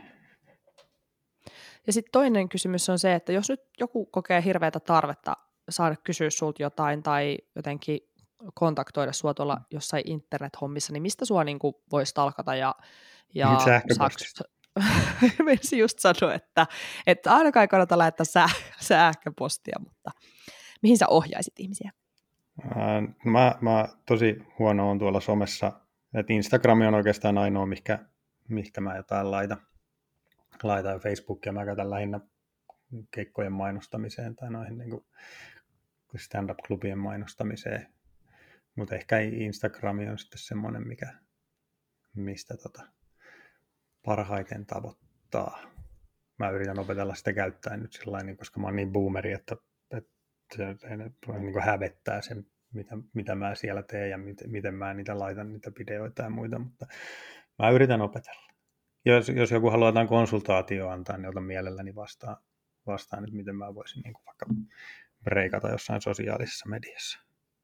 Ja sitten toinen kysymys on se, että jos nyt joku kokee hirveätä tarvetta saada kysyä sulta jotain tai jotenkin kontaktoida sua tuolla jossain internet-hommissa, niin mistä sua niinku voi stalkata ja, ja sähköpostista. Menisin just sanoa, että, että ainakaan ei kannata laittaa sä, sähköpostia, mutta mihin sä ohjaisit ihmisiä? Mä, mä tosi huono on tuolla somessa, että Instagram on oikeastaan ainoa, mihinkä, mihinkä mä jotain laitan. Laitan Facebookia, mä käytän lähinnä keikkojen mainostamiseen tai noihin niin kuin stand-up-klubien mainostamiseen. Mutta ehkä Instagram on sitten semmoinen, mikä, mistä tota parhaiten tavoittaa. Mä yritän opetella sitä käyttää nyt sillain, koska mä oon niin boomeri, että, että se niin kuin hävettää sen, mitä, mitä mä siellä teen ja miten, miten mä niitä laitan, niitä videoita ja muita, mutta mä yritän opetella. Jos, jos joku haluaa jotain konsultaatioa antaa, niin otan mielelläni vastaan, vastaan että miten mä voisin niin kuin vaikka breikata jossain sosiaalisessa mediassa.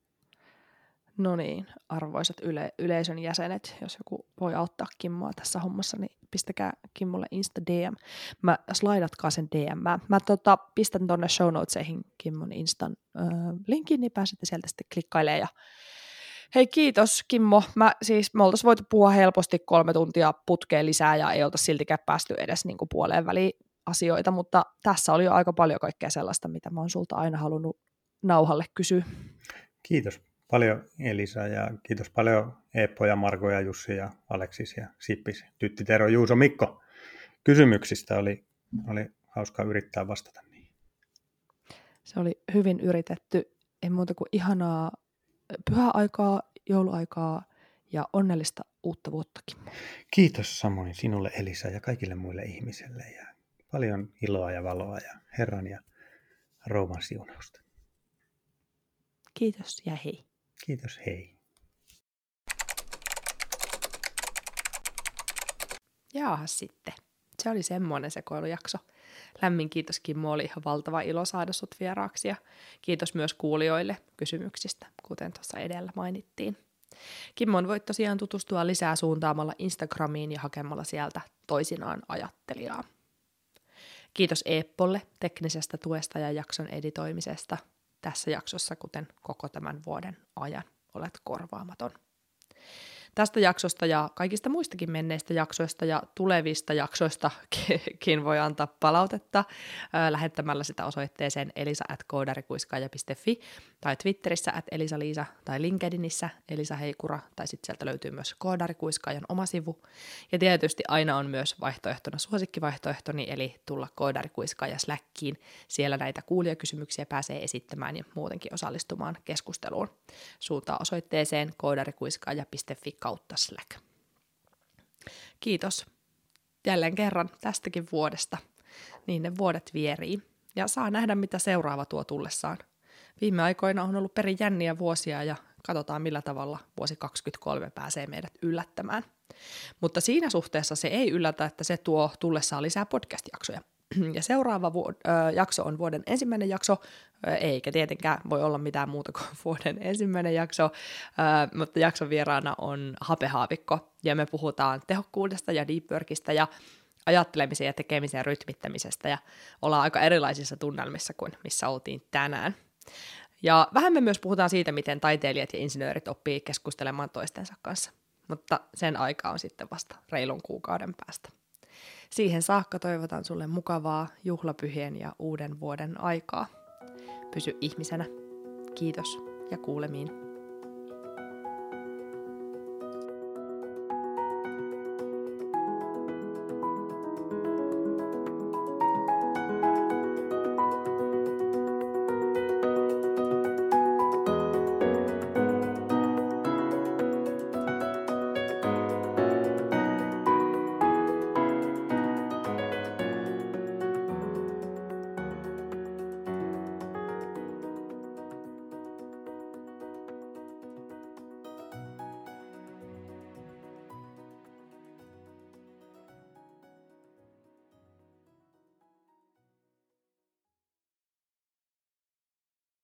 No niin, arvoisat yle- yleisön jäsenet, jos joku voi auttaa Kimmoa tässä hommassa, niin pistäkää Kimmolle Insta D M. Mä slaidatkaa sen D M. Mä, mä tota, pistän tonne show notesihin Kimmon Instan ö, linkin, niin pääsette sieltä sitten klikkailemaan. Ja hei, kiitos Kimmo. Mä, siis, me oltaisiin voitu puhua helposti kolme tuntia putkeen lisää ja ei oltaisi siltikään päästy edes niin kuin puoleen väliin asioita, mutta tässä oli jo aika paljon kaikkea sellaista, mitä mä oon sulta aina halunnut nauhalle kysyä. Kiitos paljon Elisa ja kiitos paljon Eeppo ja Marko ja Jussi ja Aleksis ja Sippis, Tytti, Tero, Juuso, Mikko. Kysymyksistä oli, oli hauskaa yrittää vastata niihin. Se oli hyvin yritetty. Ei muuta kuin ihanaa pyhäaikaa, jouluaikaa ja onnellista uutta vuottakin. Kiitos samoin sinulle Elisa ja kaikille muille ihmisille ja paljon iloa ja valoa ja Herran ja rouvan siunausta. Kiitos ja hei. Kiitos, hei. Jaahas sitten. Se oli semmoinen sekoilujakso. Lämmin kiitos Kimmo, oli ihan valtava ilo saada sut vieraaksi ja kiitos myös kuulijoille kysymyksistä, kuten tuossa edellä mainittiin. Kimmon voit tosiaan tutustua lisää suuntaamalla Instagramiin ja hakemalla sieltä toisinaan ajattelijaa. Kiitos Eeppolle teknisestä tuesta ja jakson editoimisesta. Tässä jaksossa, kuten koko tämän vuoden ajan, olet korvaamaton. Tästä jaksosta ja kaikista muistakin menneistä jaksoista ja tulevista jaksoistakin voi antaa palautetta äh, lähettämällä sitä osoitteeseen elisa at koodarikuiskaaja piste fi tai Twitterissä at elisaliisa tai LinkedInissä Elisa Heikura tai sitten sieltä löytyy myös Koodarikuiskaajan oma sivu. Ja tietysti aina on myös vaihtoehtona suosikkivaihtoehtoni eli tulla Koodarikuiskaaja Slackiin. Siellä näitä kuulijakysymyksiä pääsee esittämään ja muutenkin osallistumaan keskusteluun. Suuntaa osoitteeseen koodarikuiskaaja piste fi kautta Slack. Kiitos jälleen kerran tästäkin vuodesta. Niin ne vuodet vierii. Ja saa nähdä, mitä seuraava tuo tullessaan. Viime aikoina on ollut perin jänniä vuosia ja katsotaan, millä tavalla vuosi kaksikymmentäkolme pääsee meidät yllättämään. Mutta siinä suhteessa se ei yllätä, että se tuo tullessaan lisää podcast-jaksoja. Ja seuraava vu- ö, jakso on vuoden ensimmäinen jakso, ö, eikä tietenkään voi olla mitään muuta kuin vuoden ensimmäinen jakso, ö, mutta jakson vieraana on Hape Haavikko, ja me puhutaan tehokkuudesta ja deep workista ja ajattelemisen ja tekemisen rytmittämisestä, ja ollaan aika erilaisissa tunnelmissa kuin missä oltiin tänään. Ja vähän me myös puhutaan siitä, miten taiteilijat ja insinöörit oppii keskustelemaan toistensa kanssa, mutta sen aika on sitten vasta reilun kuukauden päästä. Siihen saakka toivotan sulle mukavaa juhlapyhien ja uuden vuoden aikaa. Pysy ihmisenä. Kiitos ja kuulemiin.